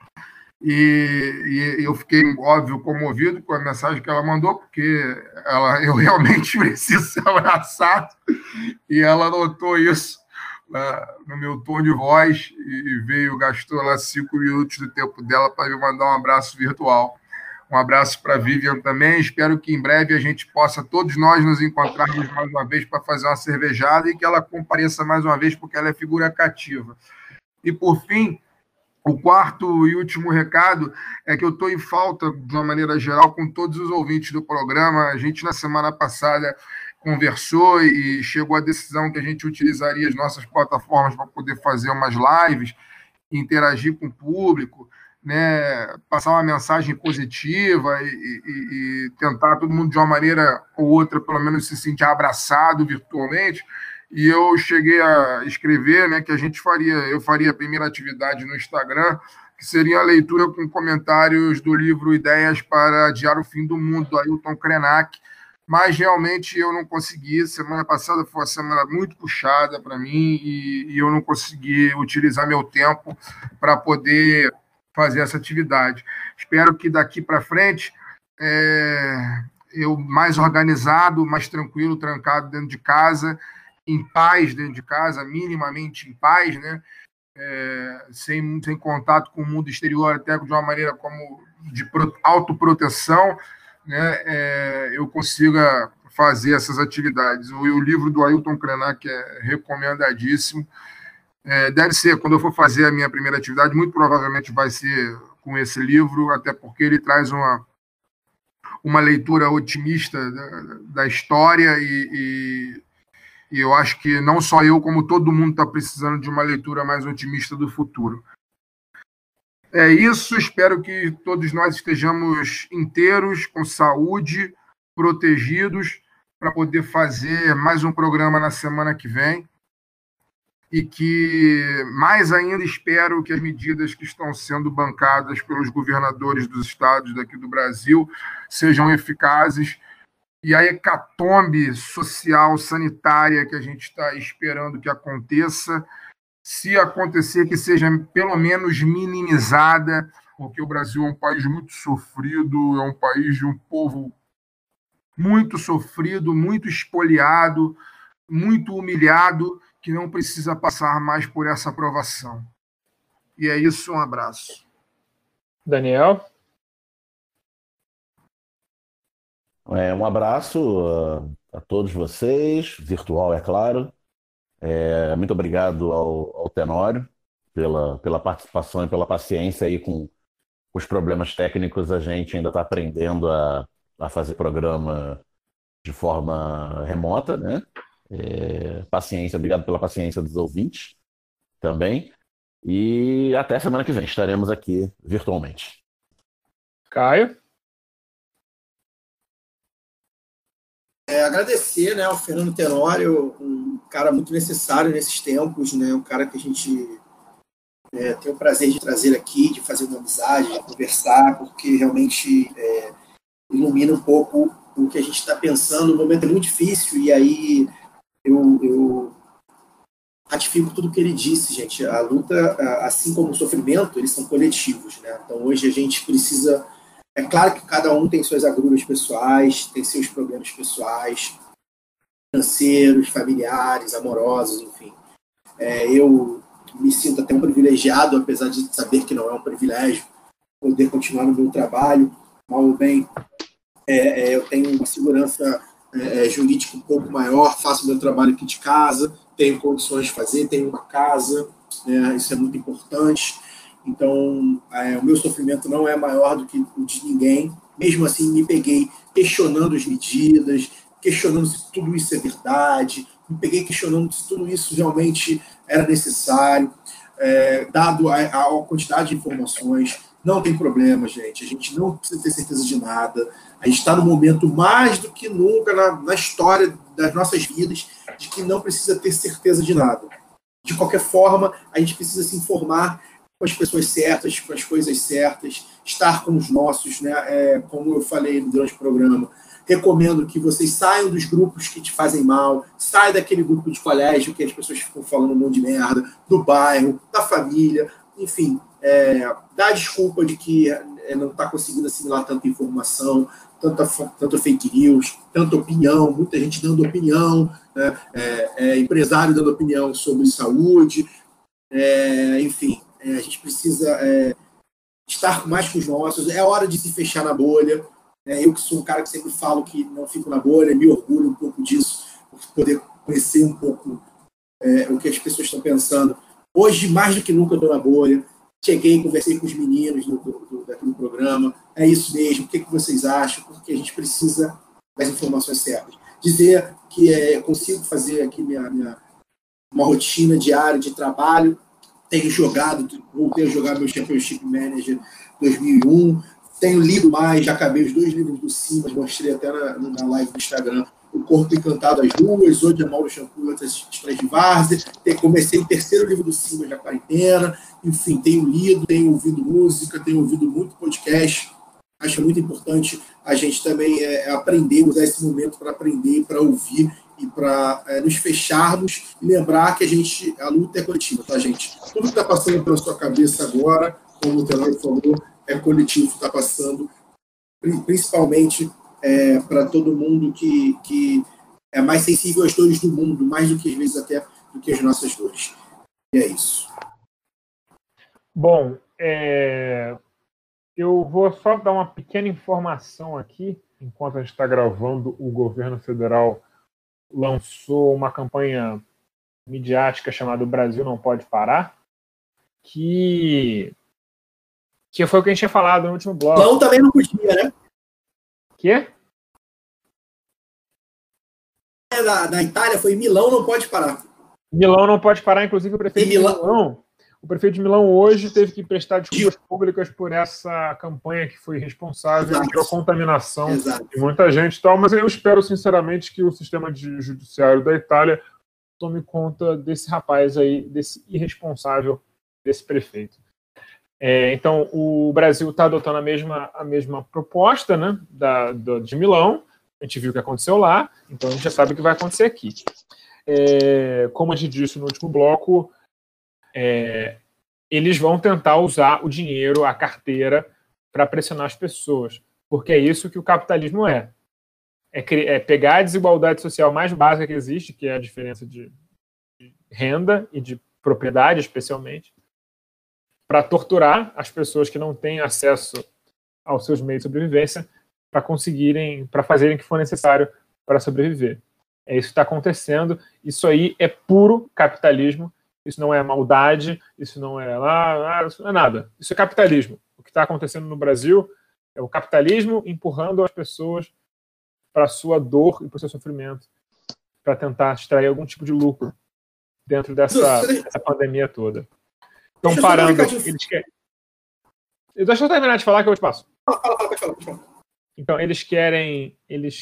E eu fiquei, óbvio, comovido com a mensagem que ela mandou, porque eu realmente preciso ser abraçado, e ela notou isso no meu tom de voz e gastou lá 5 minutos do tempo dela para me mandar um abraço virtual. Um abraço para a Vivian também. Espero que em breve a gente possa, todos nós, nos encontrarmos mais uma vez para fazer uma cervejada e que ela compareça mais uma vez, porque ela é figura cativa. E, por fim, o quarto e último recado é que eu estou em falta, de uma maneira geral, com todos os ouvintes do programa. A gente, na semana passada, conversou e chegou à decisão que a gente utilizaria as nossas plataformas para poder fazer umas lives, interagir com o público, né, passar uma mensagem positiva e tentar todo mundo, de uma maneira ou outra, pelo menos se sentir abraçado virtualmente. E eu cheguei a escrever, né, que eu faria a primeira atividade no Instagram, que seria a leitura com comentários do livro Ideias para Adiar o Fim do Mundo, do Ailton Krenak, mas realmente eu não consegui. Semana passada foi uma semana muito puxada para mim e eu não consegui utilizar meu tempo para poder fazer essa atividade. Espero que daqui para frente eu mais organizado, mais tranquilo, trancado dentro de casa, em paz dentro de casa, minimamente em paz, né? Sem contato com o mundo exterior, até de uma maneira como de autoproteção, né? Eu consiga fazer essas atividades. O livro do Ailton Krenak é recomendadíssimo. Deve ser, quando eu for fazer a minha primeira atividade, muito provavelmente vai ser com esse livro, até porque ele traz uma leitura otimista da história e eu acho que não só eu, como todo mundo está precisando de uma leitura mais otimista do futuro. É isso, espero que todos nós estejamos inteiros, com saúde, protegidos, para poder fazer mais um programa na semana que vem. E que, mais ainda, espero que as medidas que estão sendo bancadas pelos governadores dos estados daqui do Brasil sejam eficazes e a hecatombe social, sanitária que a gente está esperando que aconteça, se acontecer, que seja pelo menos minimizada, porque o Brasil é um país muito sofrido, é um país de um povo muito sofrido, muito espoliado, muito humilhado, que não precisa passar mais por essa aprovação. E é isso, um abraço. Daniel? Um abraço a todos vocês, virtual, é claro. Muito obrigado ao Tenório pela participação e pela paciência aí com os problemas técnicos. A gente ainda está aprendendo a fazer programa de forma remota, né? Paciência, obrigado pela paciência dos ouvintes também. E até semana que vem, estaremos aqui virtualmente. Caio? Agradecer, né, ao Fernando Tenório, um cara muito necessário nesses tempos, né, um cara que a gente tem o prazer de trazer aqui, de fazer uma amizade, de conversar, porque realmente ilumina um pouco o que a gente está pensando. O momento é muito difícil, e aí eu ratifico tudo que ele disse, gente. A luta, assim como o sofrimento, eles são coletivos, né? Então hoje a gente precisa... É claro que cada um tem suas agruras pessoais, tem seus problemas pessoais, financeiros, familiares, amorosos, enfim. Eu me sinto até um privilegiado, apesar de saber que não é um privilégio, poder continuar no meu trabalho. Mal ou bem, eu tenho uma segurança jurídico um pouco maior, faço meu trabalho aqui de casa, tenho condições de fazer, tenho uma casa, né, isso é muito importante. Então, o meu sofrimento não é maior do que o de ninguém. Mesmo assim, me peguei questionando as medidas, questionando se tudo isso é verdade, me peguei questionando se tudo isso realmente era necessário, dado a quantidade de informações. Não tem problema, gente. A gente não precisa ter certeza de nada. A gente está no momento, mais do que nunca, na história das nossas vidas, de que não precisa ter certeza de nada. De qualquer forma, a gente precisa se informar com as pessoas certas, com as coisas certas, estar com os nossos, né? Como eu falei durante o programa, recomendo que vocês saiam dos grupos que te fazem mal, saiam daquele grupo de colégio que as pessoas ficam falando um monte de merda, do bairro, da família, enfim, dá desculpa de que não está conseguindo assimilar tanta informação, tanto fake news, tanta opinião, muita gente dando opinião, né? Empresário dando opinião sobre saúde, enfim, a gente precisa estar mais com os nossos, é hora de se fechar na bolha. Eu que sou um cara que sempre falo que não fico na bolha, me orgulho um pouco disso, por poder conhecer um pouco o que as pessoas estão pensando. Hoje, mais do que nunca, eu estou na bolha. Cheguei, conversei com os meninos daquele programa. É isso mesmo, o que vocês acham? Porque a gente precisa das informações certas. Dizer que consigo fazer aqui uma rotina diária de trabalho. Voltei a jogar meu Championship Manager 2001. Tenho lido mais, já acabei os 2 livros do Simas, mostrei até na live do Instagram, O Corpo Encantado às Ruas, hoje é Mauro Shampoo e outras histórias de várzea. Comecei o 3º livro do Simas na quarentena. Enfim, tenho lido, tenho ouvido música, tenho ouvido muito podcast. Acho muito importante a gente também aprender, usar esse momento para aprender, para ouvir e para nos fecharmos e lembrar que a luta é coletiva, tá, gente? Tudo que está passando pela sua cabeça agora, como o Tenório falou, é coletivo, está passando, principalmente para todo mundo que é mais sensível às dores do mundo, mais do que às vezes até do que as nossas dores. E é isso. Bom, eu vou só dar uma pequena informação aqui. Enquanto a gente está gravando, o governo federal lançou uma campanha midiática chamada O Brasil Não Pode Parar, que foi o que a gente tinha falado no último bloco. Milão também não podia, né? Quê? Da Itália foi Milão não pode parar. Milão não pode parar, inclusive o prefeito de Milão. O prefeito de Milão hoje teve que prestar desculpas públicas por essa campanha que foi responsável pela contaminação de muita gente e tal, mas eu espero sinceramente que o sistema judiciário da Itália tome conta desse rapaz aí, desse irresponsável, desse prefeito. Então, o Brasil está adotando a mesma proposta, né, de Milão. A gente viu o que aconteceu lá, então a gente já sabe o que vai acontecer aqui. Como a gente disse no último bloco, eles vão tentar usar o dinheiro, a carteira, para pressionar as pessoas, porque é isso que o capitalismo é. Pegar a desigualdade social mais básica que existe, que é a diferença de renda e de propriedade, especialmente, para torturar as pessoas que não têm acesso aos seus meios de sobrevivência para fazerem o que for necessário para sobreviver. É isso que está acontecendo. Isso aí é puro capitalismo. Isso não é maldade, isso não é isso não é nada. Isso é capitalismo. O que está acontecendo no Brasil é o capitalismo empurrando as pessoas para a sua dor e para o seu sofrimento, para tentar extrair algum tipo de lucro dentro dessa pandemia toda. Estão parando. Eles querem... Deixa eu terminar de falar que eu te passo. Fala. Então, eles querem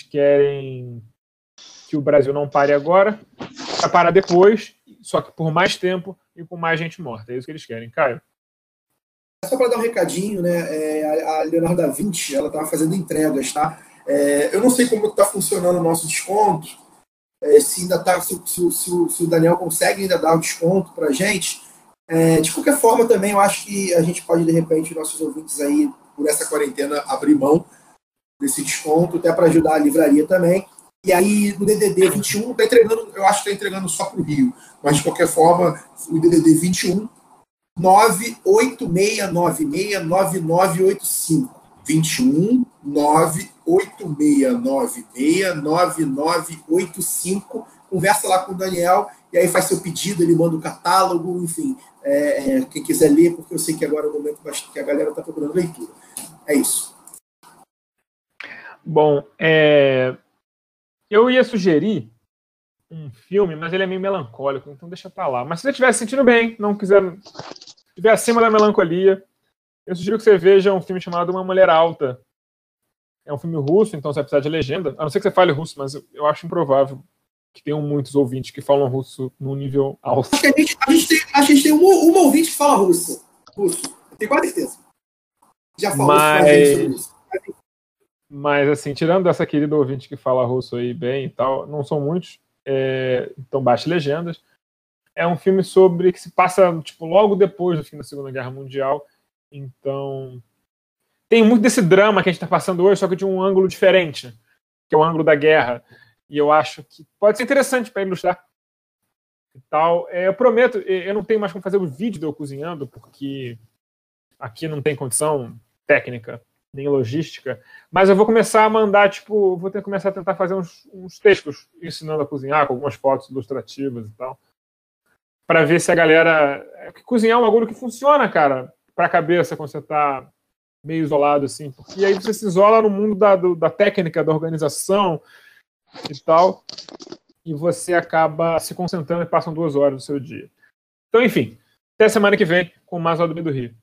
que o Brasil não pare agora, para parar depois, só que por mais tempo e com mais gente morta. É isso que eles querem, Caio. Só para dar um recadinho, né? A Leonardo da Vinci, ela estava fazendo entregas, tá? Eu não sei como está funcionando o nosso desconto, se ainda tá, se o Daniel consegue ainda dar o desconto para a gente. De qualquer forma, também eu acho que a gente pode, de repente, nossos ouvintes aí, por essa quarentena, abrir mão desse desconto, até para ajudar a livraria também. E aí, no DDD 21, tá entregando, eu acho que está entregando só para o Rio, mas de qualquer forma, o DDD 21, 986969985. 21 986969985. Conversa lá com o Daniel e aí faz seu pedido, ele manda o catálogo, enfim, quem quiser ler, porque eu sei que agora é o momento que a galera está procurando leitura. É isso. Bom, eu ia sugerir um filme, mas ele é meio melancólico, então deixa pra lá. Mas se você estiver se sentindo bem, não quiser, estiver acima da melancolia, eu sugiro que você veja um filme chamado Uma Mulher Alta. É um filme russo, então você vai precisar de legenda. A não ser que você fale russo, mas eu acho improvável que tenham muitos ouvintes que falam russo num nível alto. Acho que a gente tem uma ouvinte que fala russo. Tenho quase certeza. Já falou sobre isso. Mas, assim, tirando essa querida ouvinte que fala russo aí bem e tal, não são muitos, então baixe legendas. É um filme que se passa logo depois do fim da Segunda Guerra Mundial. Então, tem muito desse drama que a gente está passando hoje, só que de um ângulo diferente, que é o ângulo da guerra. E eu acho que pode ser interessante para ilustrar e tal. Eu prometo, eu não tenho mais como fazer o vídeo de eu cozinhando, porque aqui não tem condição técnica nem logística, mas eu vou começar a mandar, vou começar a tentar fazer uns textos ensinando a cozinhar, com algumas fotos ilustrativas e tal, para ver se a galera... Cozinhar é um bagulho que funciona, cara, pra cabeça quando você tá meio isolado, assim, porque aí você se isola no mundo da técnica, da organização e tal, e você acaba se concentrando e passam 2 horas do seu dia. Então, enfim, até semana que vem com mais Lado B do Rio.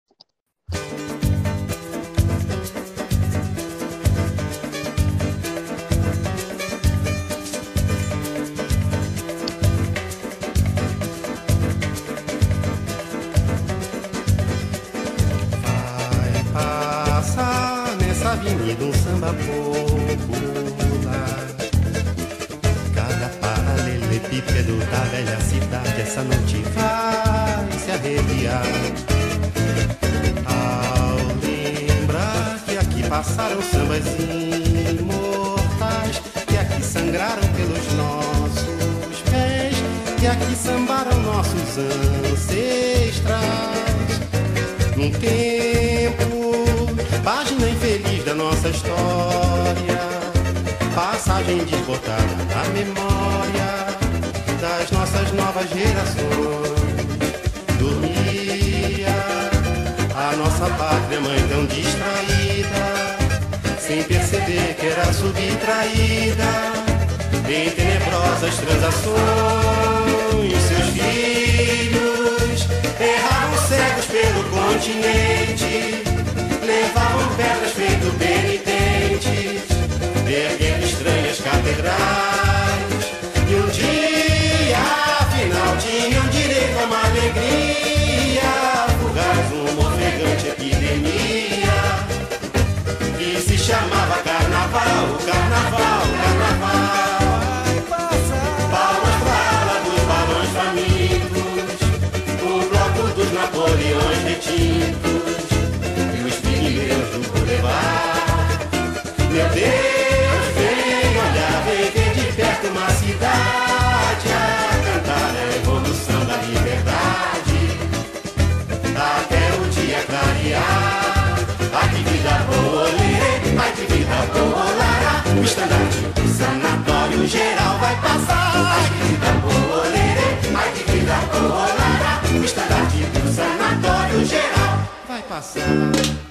Avenida um samba popular. Cada paralelepípedo da velha cidade essa noite vai se arrepiar. Ao lembrar que aqui passaram sambas imortais, que aqui sangraram pelos nossos pés, que aqui sambaram nossos ancestrais. Num tempo, página infeliz da nossa história, passagem desbotada na memória das nossas novas gerações. Dormia a nossa pátria mãe tão distraída, sem perceber que era subtraída em tenebrosas transações. Seus filhos erravam cegos pelo continente, levavam pedras feito penitentes, erguendo estranhas catedrais. E um dia, afinal, tinham direito a uma alegria fugaz, uma ofegante epidemia que se chamava Carnaval, Carnaval, Carnaval. Palmas pra ala dos balões famintos, o bloco dos Napoleões retintos, do Boulevard. Meu Deus, vem olhar, vem ver de perto uma cidade a cantar a evolução da liberdade, até o dia clarear. Ai que vida boa, ai que vida boa, o estandarte do sanatório geral vai passar. Ai que vida boa, ai que vida boa, o estandarte do sanatório geral vai passar.